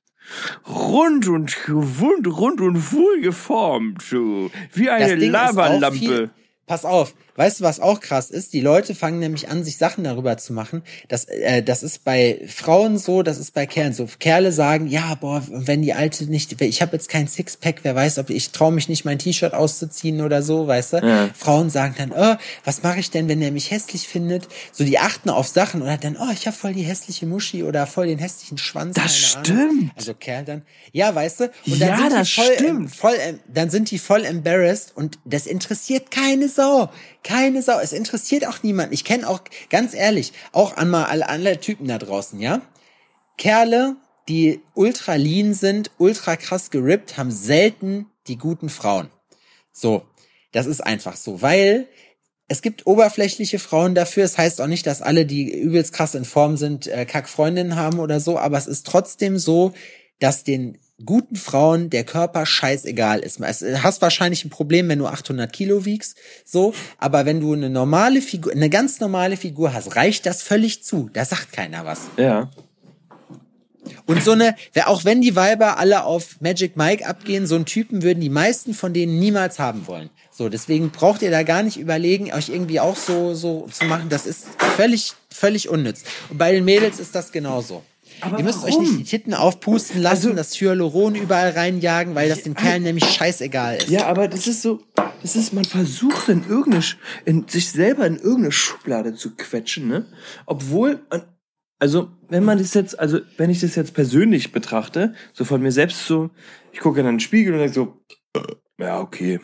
Rund und wund, rund und wohl geformt, so. Wie eine Lavalampe. Pass auf, weißt du, was auch krass ist? Die Leute fangen nämlich an, sich Sachen darüber zu machen. Das, äh, das ist bei Frauen so, das ist bei Kerlen so. Kerle sagen, ja, boah, wenn die Alte nicht, ich habe jetzt kein Sixpack, wer weiß, ob ich traue mich nicht, mein T-Shirt auszuziehen oder so, weißt du? Ja. Frauen sagen dann, oh, was mache ich denn, wenn er mich hässlich findet? So, die achten auf Sachen oder dann, oh, ich habe voll die hässliche Muschi oder voll den hässlichen Schwanz. Das stimmt. Ahnung. Also Kerl dann, ja, weißt du? Und dann ja, sind die das voll, stimmt. voll, dann sind die voll embarrassed und das interessiert keine Sau. Keine Sau. Es interessiert auch niemanden. Ich kenne auch, ganz ehrlich, auch an mal alle anderen Typen da draußen, ja? Kerle, die ultra lean sind, ultra krass gerippt, haben selten die guten Frauen. So. Das ist einfach so, weil es gibt oberflächliche Frauen dafür. Es heißt auch nicht, dass alle, die übelst krass in Form sind, äh, Kackfreundinnen haben oder so, aber es ist trotzdem so, dass den guten Frauen der Körper scheißegal ist. Du hast wahrscheinlich ein Problem, wenn du achthundert Kilo wiegst, so, aber wenn du eine normale Figur, eine ganz normale Figur hast, reicht das völlig zu. Da sagt keiner was. Ja. Und so eine, auch wenn die Weiber alle auf Magic Mike abgehen, so einen Typen würden die meisten von denen niemals haben wollen. So, deswegen braucht ihr da gar nicht überlegen, euch irgendwie auch so, so zu machen. Das ist völlig, völlig unnütz. Und bei den Mädels ist das genauso. Aber ihr müsst warum? euch nicht die Titten aufpusten lassen, also, das Hyaluron überall reinjagen, weil das den Kerlen nämlich scheißegal ist. Ja, aber das ist so, das ist, man versucht in irgendeine, in sich selber in irgendeine Schublade zu quetschen, ne? Obwohl, also, wenn man das jetzt, also, wenn ich das jetzt persönlich betrachte, so von mir selbst so, ich gucke in den Spiegel und denke so, ja, okay.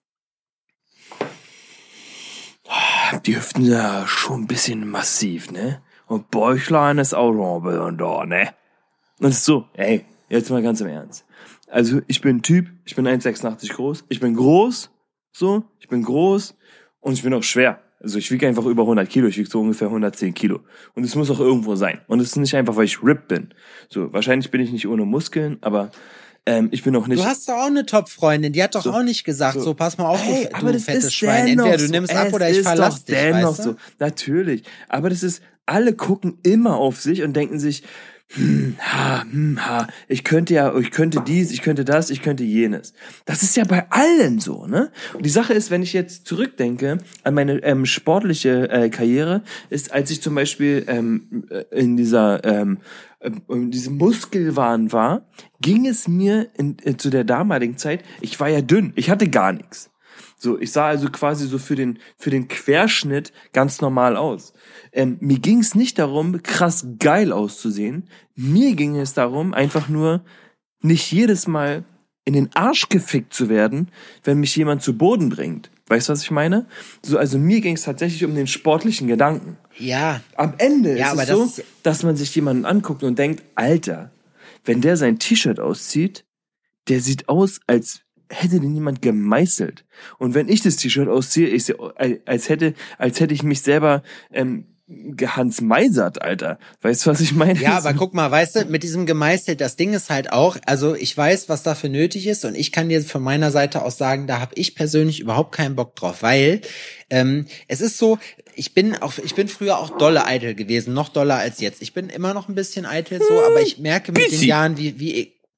Die Hüften sind ja schon ein bisschen massiv, ne? Und Bäuchlein ist auch noch ein bisschen da, ne? Und es ist so, ey, jetzt mal ganz im Ernst. Also, ich bin ein Typ, ich bin eins Komma sechsundachtzig groß, ich bin groß, so, ich bin groß und ich bin auch schwer. Also, ich wiege einfach über hundert Kilo, ich wiege so ungefähr hundertzehn Kilo. Und es muss auch irgendwo sein. Und es ist nicht einfach, weil ich ripped bin. So, wahrscheinlich bin ich nicht ohne Muskeln, aber ähm, ich bin auch nicht... Du hast doch auch eine Top-Freundin, die hat doch so, auch nicht gesagt, so, so pass mal auf, hey, du, aber du das fettes ist Schwein. Entweder du nimmst so, ab oder ich verlasse dich, weißt du? So. Natürlich. Aber das ist, alle gucken immer auf sich und denken sich, hm, ha, hm, ha, ich könnte ja, ich könnte dies, ich könnte das, ich könnte jenes. Das ist ja bei allen so, ne? Und die Sache ist, wenn ich jetzt zurückdenke an meine ähm, sportliche äh, Karriere, ist, als ich zum Beispiel ähm, in dieser ähm, in diesem Muskelwahn war, ging es mir in, in, zu der damaligen Zeit, ich war ja dünn, ich hatte gar nichts. So, ich sah also quasi so für den für den Querschnitt ganz normal aus. Ähm, mir ging es nicht darum, krass geil auszusehen. Mir ging es darum, einfach nur nicht jedes Mal in den Arsch gefickt zu werden, wenn mich jemand zu Boden bringt. Weißt du, was ich meine? So, also mir ging es tatsächlich um den sportlichen Gedanken. Ja. Am Ende ja, ist aber es das so, ist dass man sich jemanden anguckt und denkt, Alter, wenn der sein T-Shirt auszieht, der sieht aus, als hätte den jemand gemeißelt. Und wenn ich das T-Shirt ausziehe, ich sehe, als hätte, als hätte ich mich selber ähm, Hans Meisert, Alter. Weißt du, was ich meine? Ja, aber guck mal, weißt du, mit diesem gemeißelt, das Ding ist halt auch, also ich weiß, was dafür nötig ist und ich kann dir von meiner Seite aus sagen, da habe ich persönlich überhaupt keinen Bock drauf, weil ähm, es ist so, ich bin auch, ich bin früher auch dolle eitel gewesen, noch doller als jetzt. Ich bin immer noch ein bisschen eitel so, aber ich merke mit den Jahren, wie wie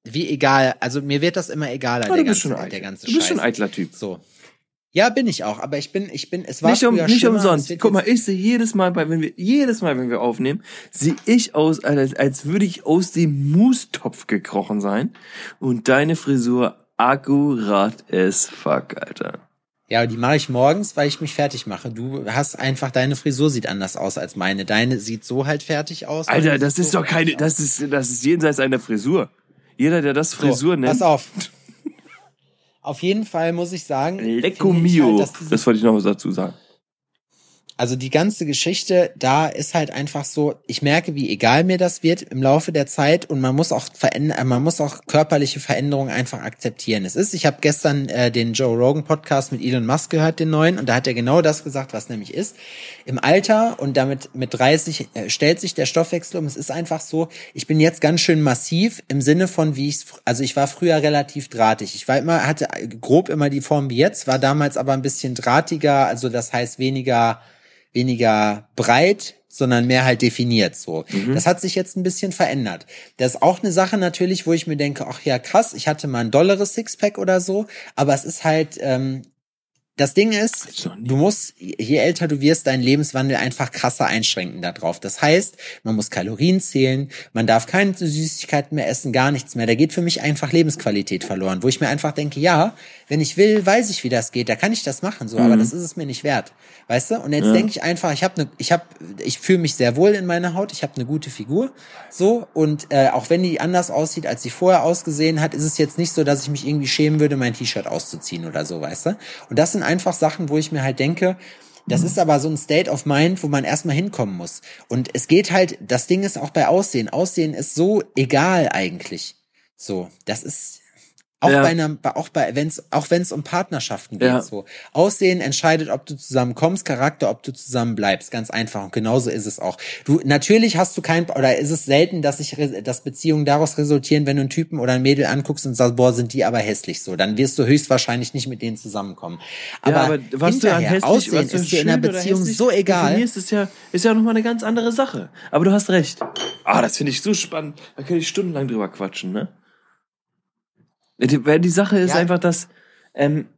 wie egal, also mir wird das immer egaler, oh, der, ganze, ganze, der ganze Scheiß. Du bist Scheiß. schon ein eitler Typ. So. Ja, bin ich auch, aber ich bin, ich bin, es war nicht um, früher nicht schlimmer, umsonst. Guck mal, ich sehe jedes Mal, bei, wenn wir, jedes Mal, wenn wir aufnehmen, sehe ich aus, als, als würde ich aus dem Mustopf gekrochen sein und deine Frisur akkurat as fuck, Alter. Ja, die mache ich morgens, weil ich mich fertig mache. Du hast einfach, deine Frisur sieht anders aus als meine. Deine sieht so halt fertig aus. Alter, das ist so doch keine, das ist, das ist jenseits einer Frisur. Jeder, der das Frisur so, nennt. Pass auf. Auf jeden Fall muss ich sagen. Lecco mio. Halt, das wollte ich noch was dazu sagen. Also die ganze Geschichte, da ist halt einfach so, ich merke, wie egal mir das wird im Laufe der Zeit und man muss auch verändern, man muss auch körperliche Veränderungen einfach akzeptieren. Es ist, ich habe gestern äh, den Joe Rogan Podcast mit Elon Musk gehört, den neuen, und da hat er genau das gesagt, was nämlich ist. Im Alter und damit mit dreißig äh, stellt sich der Stoffwechsel um. Es ist einfach so, ich bin jetzt ganz schön massiv im Sinne von, wie ich, also ich war früher relativ drahtig. Ich war immer, hatte grob immer die Form wie jetzt, war damals aber ein bisschen drahtiger, also das heißt weniger weniger breit, sondern mehr halt definiert so. Mhm. Das hat sich jetzt ein bisschen verändert. Das ist auch eine Sache natürlich, wo ich mir denke, ach ja, krass, ich hatte mal ein dolleres Sixpack oder so, aber es ist halt, ähm, das Ding ist, du musst, je älter du wirst, deinen Lebenswandel einfach krasser einschränken da drauf. Das heißt, man muss Kalorien zählen, man darf keine Süßigkeiten mehr essen, gar nichts mehr. Da geht für mich einfach Lebensqualität verloren, wo ich mir einfach denke, ja, wenn ich will, weiß ich, wie das geht, da kann ich das machen, so, mhm. aber das ist es mir nicht wert. Weißt du? Und jetzt ja. denke ich einfach, ich habe eine, ich habe, ich fühle mich sehr wohl in meiner Haut, ich habe eine gute Figur, so, und äh, auch wenn die anders aussieht, als sie vorher ausgesehen hat, ist es jetzt nicht so, dass ich mich irgendwie schämen würde, mein T-Shirt auszuziehen oder so, weißt du? Und das sind einfach Sachen, wo ich mir halt denke, das ist aber so ein State of Mind, wo man erstmal hinkommen muss. Und es geht halt, das Ding ist auch bei Aussehen. Aussehen ist so egal eigentlich. So, das ist auch ja. bei einer, auch bei, wenn's, auch wenn es um Partnerschaften geht, ja. so. Aussehen entscheidet, ob du zusammenkommst, Charakter, ob du zusammen bleibst. Ganz einfach. Und genauso ist es auch. Du, natürlich hast du kein, oder ist es selten, dass sich, dass Beziehungen daraus resultieren, wenn du einen Typen oder ein Mädel anguckst und sagst, boah, sind die aber hässlich so. Dann wirst du höchstwahrscheinlich nicht mit denen zusammenkommen. Aber, ja, aber was du an hässlich, Aussehen was du ist dir in einer Beziehung so egal. Ist ja, ist ja nochmal eine ganz andere Sache. Aber du hast recht. Ah, das finde ich so spannend. Da kann ich stundenlang drüber quatschen, ne? Die, die Sache ist ja. einfach, dass ähm,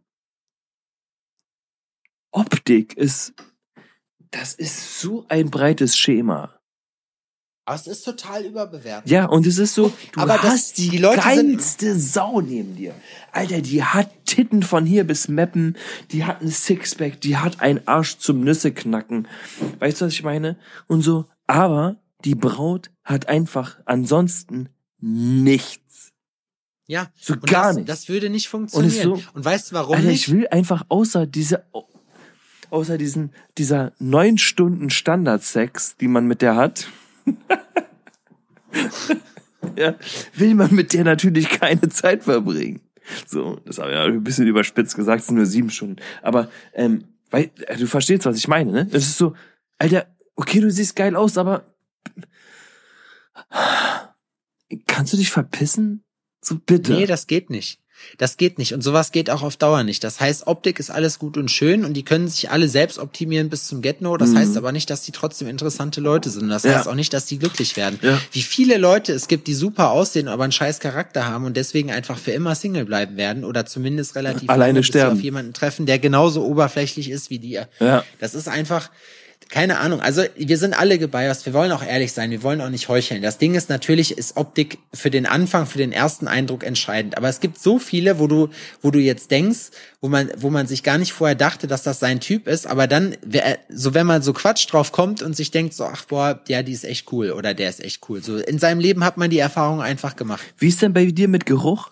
Optik ist, das ist so ein breites Schema. Aber es ist total überbewertet. Ja, und es ist so, du aber hast das, die, die geilste Sau neben dir. Alter, die hat Titten von hier bis Meppen, die hat ein Sixpack, die hat einen Arsch zum Nüsse knacken. Weißt du, was ich meine? Und so, aber die Braut hat einfach ansonsten nichts. Ja, so und gar das, nicht. Das würde nicht funktionieren. Und, so, und weißt du warum Alter, nicht? Ich will einfach außer diese, außer diesen, dieser neun Stunden Standardsex, die man mit der hat, ja, will man mit der natürlich keine Zeit verbringen. So, das habe ich ja ein bisschen überspitzt gesagt, es sind nur sieben Stunden. Aber, ähm, weil, du verstehst, was ich meine, ne? Es ist so, Alter, okay, du siehst geil aus, aber kannst du dich verpissen? So bitte. Nee, das geht nicht. Das geht nicht. Und sowas geht auch auf Dauer nicht. Das heißt, Optik ist alles gut und schön und die können sich alle selbst optimieren bis zum Get-No. Das mhm. heißt aber nicht, dass die trotzdem interessante Leute sind. Das ja. heißt auch nicht, dass die glücklich werden. Ja. Wie viele Leute es gibt, die super aussehen, aber einen scheiß Charakter haben und deswegen einfach für immer Single bleiben werden oder zumindest relativ alleine lange, bis sterben. sie auf jemanden treffen, der genauso oberflächlich ist wie dir. Ja. Das ist einfach... Keine Ahnung, also wir sind alle gebiased, wir wollen auch ehrlich sein, wir wollen auch nicht heucheln. Das Ding ist, natürlich ist Optik für den Anfang, für den ersten Eindruck entscheidend. Aber es gibt so viele, wo du wo du jetzt denkst, wo man wo man sich gar nicht vorher dachte, dass das sein Typ ist. Aber dann, so wenn man so Quatsch drauf kommt und sich denkt so, ach boah, ja, die ist echt cool oder der ist echt cool. So in seinem Leben hat man die Erfahrung einfach gemacht. Wie ist denn bei dir mit Geruch?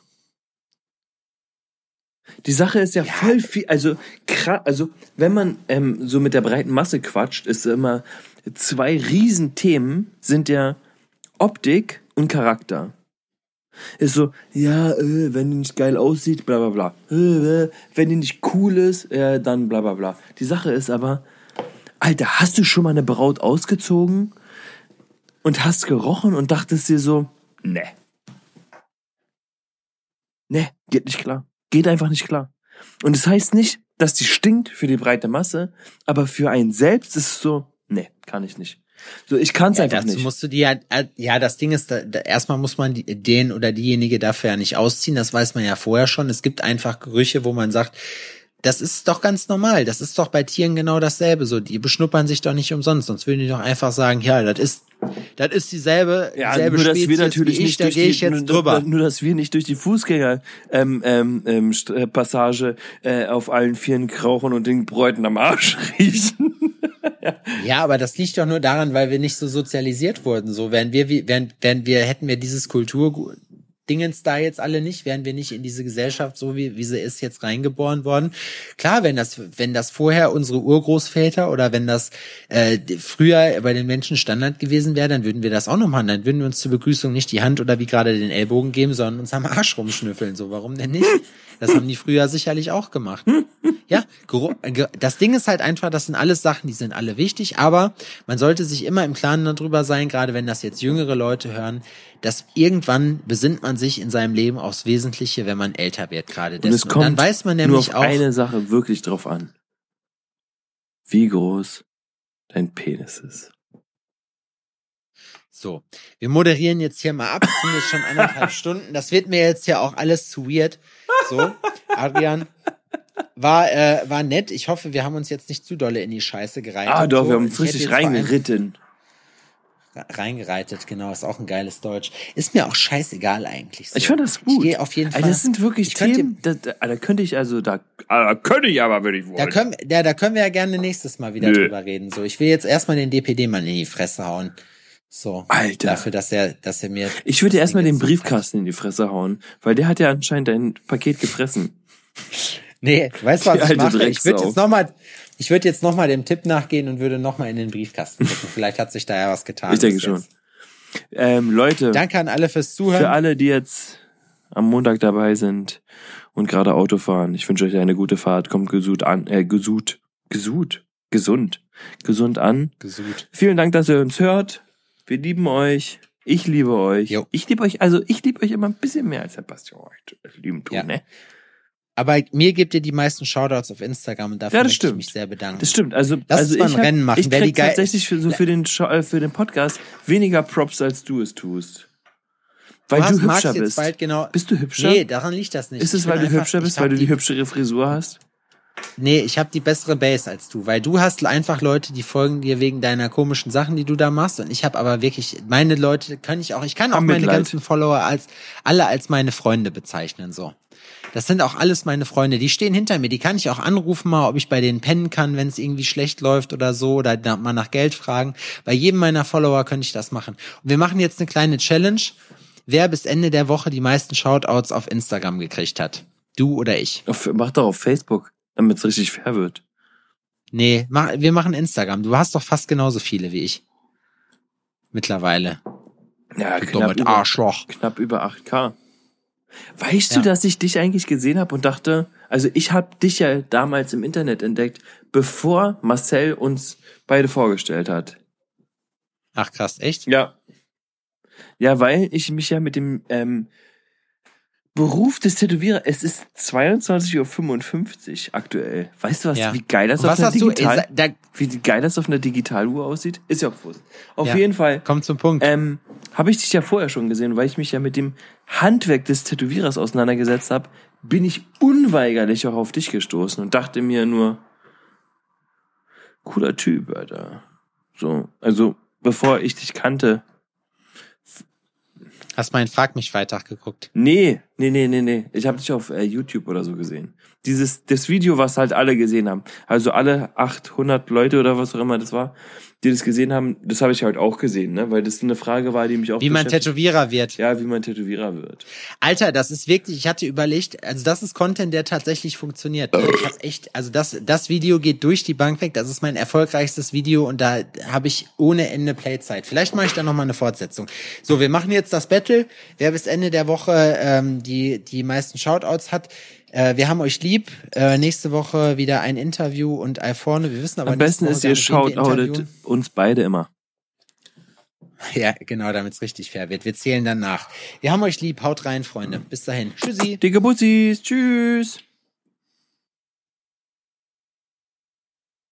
Die Sache ist ja, ja voll viel, also krass, also wenn man ähm, so mit der breiten Masse quatscht, ist immer zwei Riesenthemen sind ja Optik und Charakter. Ist so, ja, äh, wenn die nicht geil aussieht, bla bla bla. Äh, äh, wenn die nicht cool ist, äh, dann bla bla bla. Die Sache ist aber, Alter, hast du schon mal eine Braut ausgezogen und hast gerochen und dachtest dir so, ne. Ne, geht nicht klar. Geht einfach nicht klar. Und das heißt nicht, dass die stinkt für die breite Masse, aber für einen selbst ist es so, nee, kann ich nicht. So, ich kann's ja, einfach dazu nicht. Musst du die ja, ja, das Ding ist, da, da, erstmal muss man die, den oder diejenige dafür ja nicht ausziehen, das weiß man ja vorher schon. Es gibt einfach Gerüche, wo man sagt, das ist doch ganz normal, das ist doch bei Tieren genau dasselbe so. Die beschnuppern sich doch nicht umsonst, sonst würden die doch einfach sagen, ja, das ist, das ist dieselbe, ja, dieselbe nur, dass Spezies wir natürlich wie ich, nicht da durch gehe ich die, jetzt nur, drüber. Nur, dass wir nicht durch die Fußgänger ähm, ähm, ähm, Passage äh, auf allen Vieren krauchen und den Bräuten am Arsch riechen. ja. ja, aber das liegt doch nur daran, weil wir nicht so sozialisiert wurden. So, wären wir, wären, wären wir, hätten wir dieses Kultur Dingens da jetzt alle nicht, wären wir nicht in diese Gesellschaft, so wie, wie sie ist, jetzt reingeboren worden. Klar, wenn das, wenn das vorher unsere Urgroßväter oder wenn das äh, früher bei den Menschen Standard gewesen wäre, dann würden wir das auch noch machen. Dann würden wir uns zur Begrüßung nicht die Hand oder wie gerade den Ellbogen geben, sondern uns am Arsch rumschnüffeln. So, warum denn nicht? Das haben die früher sicherlich auch gemacht. Ja, das Ding ist halt einfach, das sind alles Sachen, die sind alle wichtig, aber man sollte sich immer im Klaren darüber sein, gerade wenn das jetzt jüngere Leute hören, dass irgendwann besinnt man sich in seinem Leben aufs Wesentliche, wenn man älter wird, gerade dessen. Und es kommt Und dann weiß man nämlich nur auf auch eine Sache wirklich drauf an. Wie groß dein Penis ist. So, wir moderieren jetzt hier mal ab, es sind jetzt schon anderthalb Stunden, das wird mir jetzt ja auch alles zu weird. So, Adrian, war äh, war nett, ich hoffe, wir haben uns jetzt nicht zu dolle in die Scheiße gereitet. Ah doch, so, wir haben uns richtig reingeritten. Reingereitet, genau, ist auch ein geiles Deutsch. Ist mir auch scheißegal eigentlich. So. Ich fand das gut. Ich gehe auf jeden Fall. Also das sind wirklich Themen, da, da, da könnte ich also, da, da könnte ich aber, wenn ich wollte. Da können, ja, da können wir ja gerne nächstes Mal wieder Nö. drüber reden. So, ich will jetzt erstmal den D P D mal in die Fresse hauen. So, Alter. Dafür, dass er, dass er mir. Ich würde erstmal den Briefkasten in die Fresse hauen, weil der hat ja anscheinend ein Paket gefressen. Nee, weißt du, was Die ich alte mache? Ich würde Drecksau. jetzt nochmal, ich würde jetzt nochmal dem Tipp nachgehen und würde nochmal in den Briefkasten gucken. Vielleicht hat sich da ja was getan. Ich denke bis schon. jetzt. Ähm, Leute, Danke an alle fürs Zuhören. für alle, die jetzt am Montag dabei sind und gerade Auto fahren, ich wünsche euch eine gute Fahrt. Kommt gesund an, äh, gesund, gesund, gesund, gesund an. Gesund. Vielen Dank, dass ihr uns hört. Wir lieben euch. Ich liebe euch. Jo. Ich liebe euch, also ich liebe euch immer ein bisschen mehr als Herr Bastian euch lieben tun, Ja. ne? Aber mir gebt ihr die meisten Shoutouts auf Instagram und dafür Ja, das möchte ich stimmt. mich sehr bedanken. Das stimmt. Also, Lass also uns mal ein ich hab, Rennen machen. Ich Wer die krieg geil- tatsächlich für, so für den Show, äh, für den Podcast weniger Props, als du es tust. Weil du, hast- hübscher magst jetzt bist. Bald genau, Bist du hübscher? Nee, daran liegt das nicht. Ist es, Ich bin weil du einfach- hübscher bist, ich hab weil du die hübschere Frisur hast? Nee, ich habe die bessere Base als du, weil du hast einfach Leute, die folgen dir wegen deiner komischen Sachen, die du da machst, und ich habe aber wirklich, meine Leute kann ich auch, ich kann auch Hab meine Mitleid. ganzen Follower als alle als meine Freunde bezeichnen, so. Das sind auch alles meine Freunde, die stehen hinter mir, die kann ich auch anrufen mal, ob ich bei denen pennen kann, wenn es irgendwie schlecht läuft oder so, oder na- mal nach Geld fragen. Bei jedem meiner Follower könnte ich das machen. Und wir machen jetzt eine kleine Challenge, wer bis Ende der Woche die meisten Shoutouts auf Instagram gekriegt hat. Du oder ich. Auf, mach doch auf Facebook, damit es richtig fair wird. Nee, mach, wir machen Instagram. Du hast doch fast genauso viele wie ich. Mittlerweile. Ja, Du knapp dummes über, Arschloch. knapp über acht K. Weißt Ja. du, dass ich dich eigentlich gesehen habe und dachte, also ich habe dich ja damals im Internet entdeckt, bevor Marcel uns beide vorgestellt hat. Ach krass, echt? Ja. Ja, weil ich mich ja mit dem ähm, Beruf des Tätowierers, es ist zweiundzwanzig Uhr fünfundfünfzig aktuell. Weißt du was, Ja. wie geil das Und auf was einer hast du? Digital, Ey, da, wie geil das auf einer Digitaluhr aussieht? Ist ja auch Wurst. Auf Ja. jeden Fall. komm zum Punkt. Ähm, habe ich dich ja vorher schon gesehen, weil ich mich ja mit dem Handwerk des Tätowierers auseinandergesetzt habe, bin ich unweigerlich auch auf dich gestoßen und dachte mir nur, cooler Typ, Alter. So, also bevor ich dich kannte. Hast meinen Frag mich Freitag geguckt? Nee, nee, nee, nee, nee. Ich habe dich auf äh, YouTube oder so gesehen. Dieses, das Video, was halt alle gesehen haben. Also alle achthundert Leute oder was auch immer das war, die das gesehen haben, das habe ich halt auch gesehen, ne? Weil das eine Frage war, die mich auch Wie man beschäftigt. Tätowierer wird. Ja, wie man Tätowierer wird. Alter, das ist wirklich, ich hatte überlegt, also das ist Content, der tatsächlich funktioniert. Ich hab echt, also das, das Video geht durch die Bank weg, das ist mein erfolgreichstes Video und da habe ich ohne Ende Playzeit. Vielleicht mache ich da nochmal eine Fortsetzung. So, wir machen jetzt das Battle. Wer bis Ende der Woche ähm, die, die meisten Shoutouts hat, äh, wir haben euch lieb. Äh, nächste Woche wieder ein Interview und all vorne. Wir wissen aber Am besten ist, nächste ihr Woche gar nicht, wen wir shoutoutet interviewen. uns beide immer. Ja, genau, damit es richtig fair wird. Wir zählen dann nach. Wir haben euch lieb. Haut rein, Freunde. Bis dahin. Tschüssi. Dicke Bussis. Tschüss.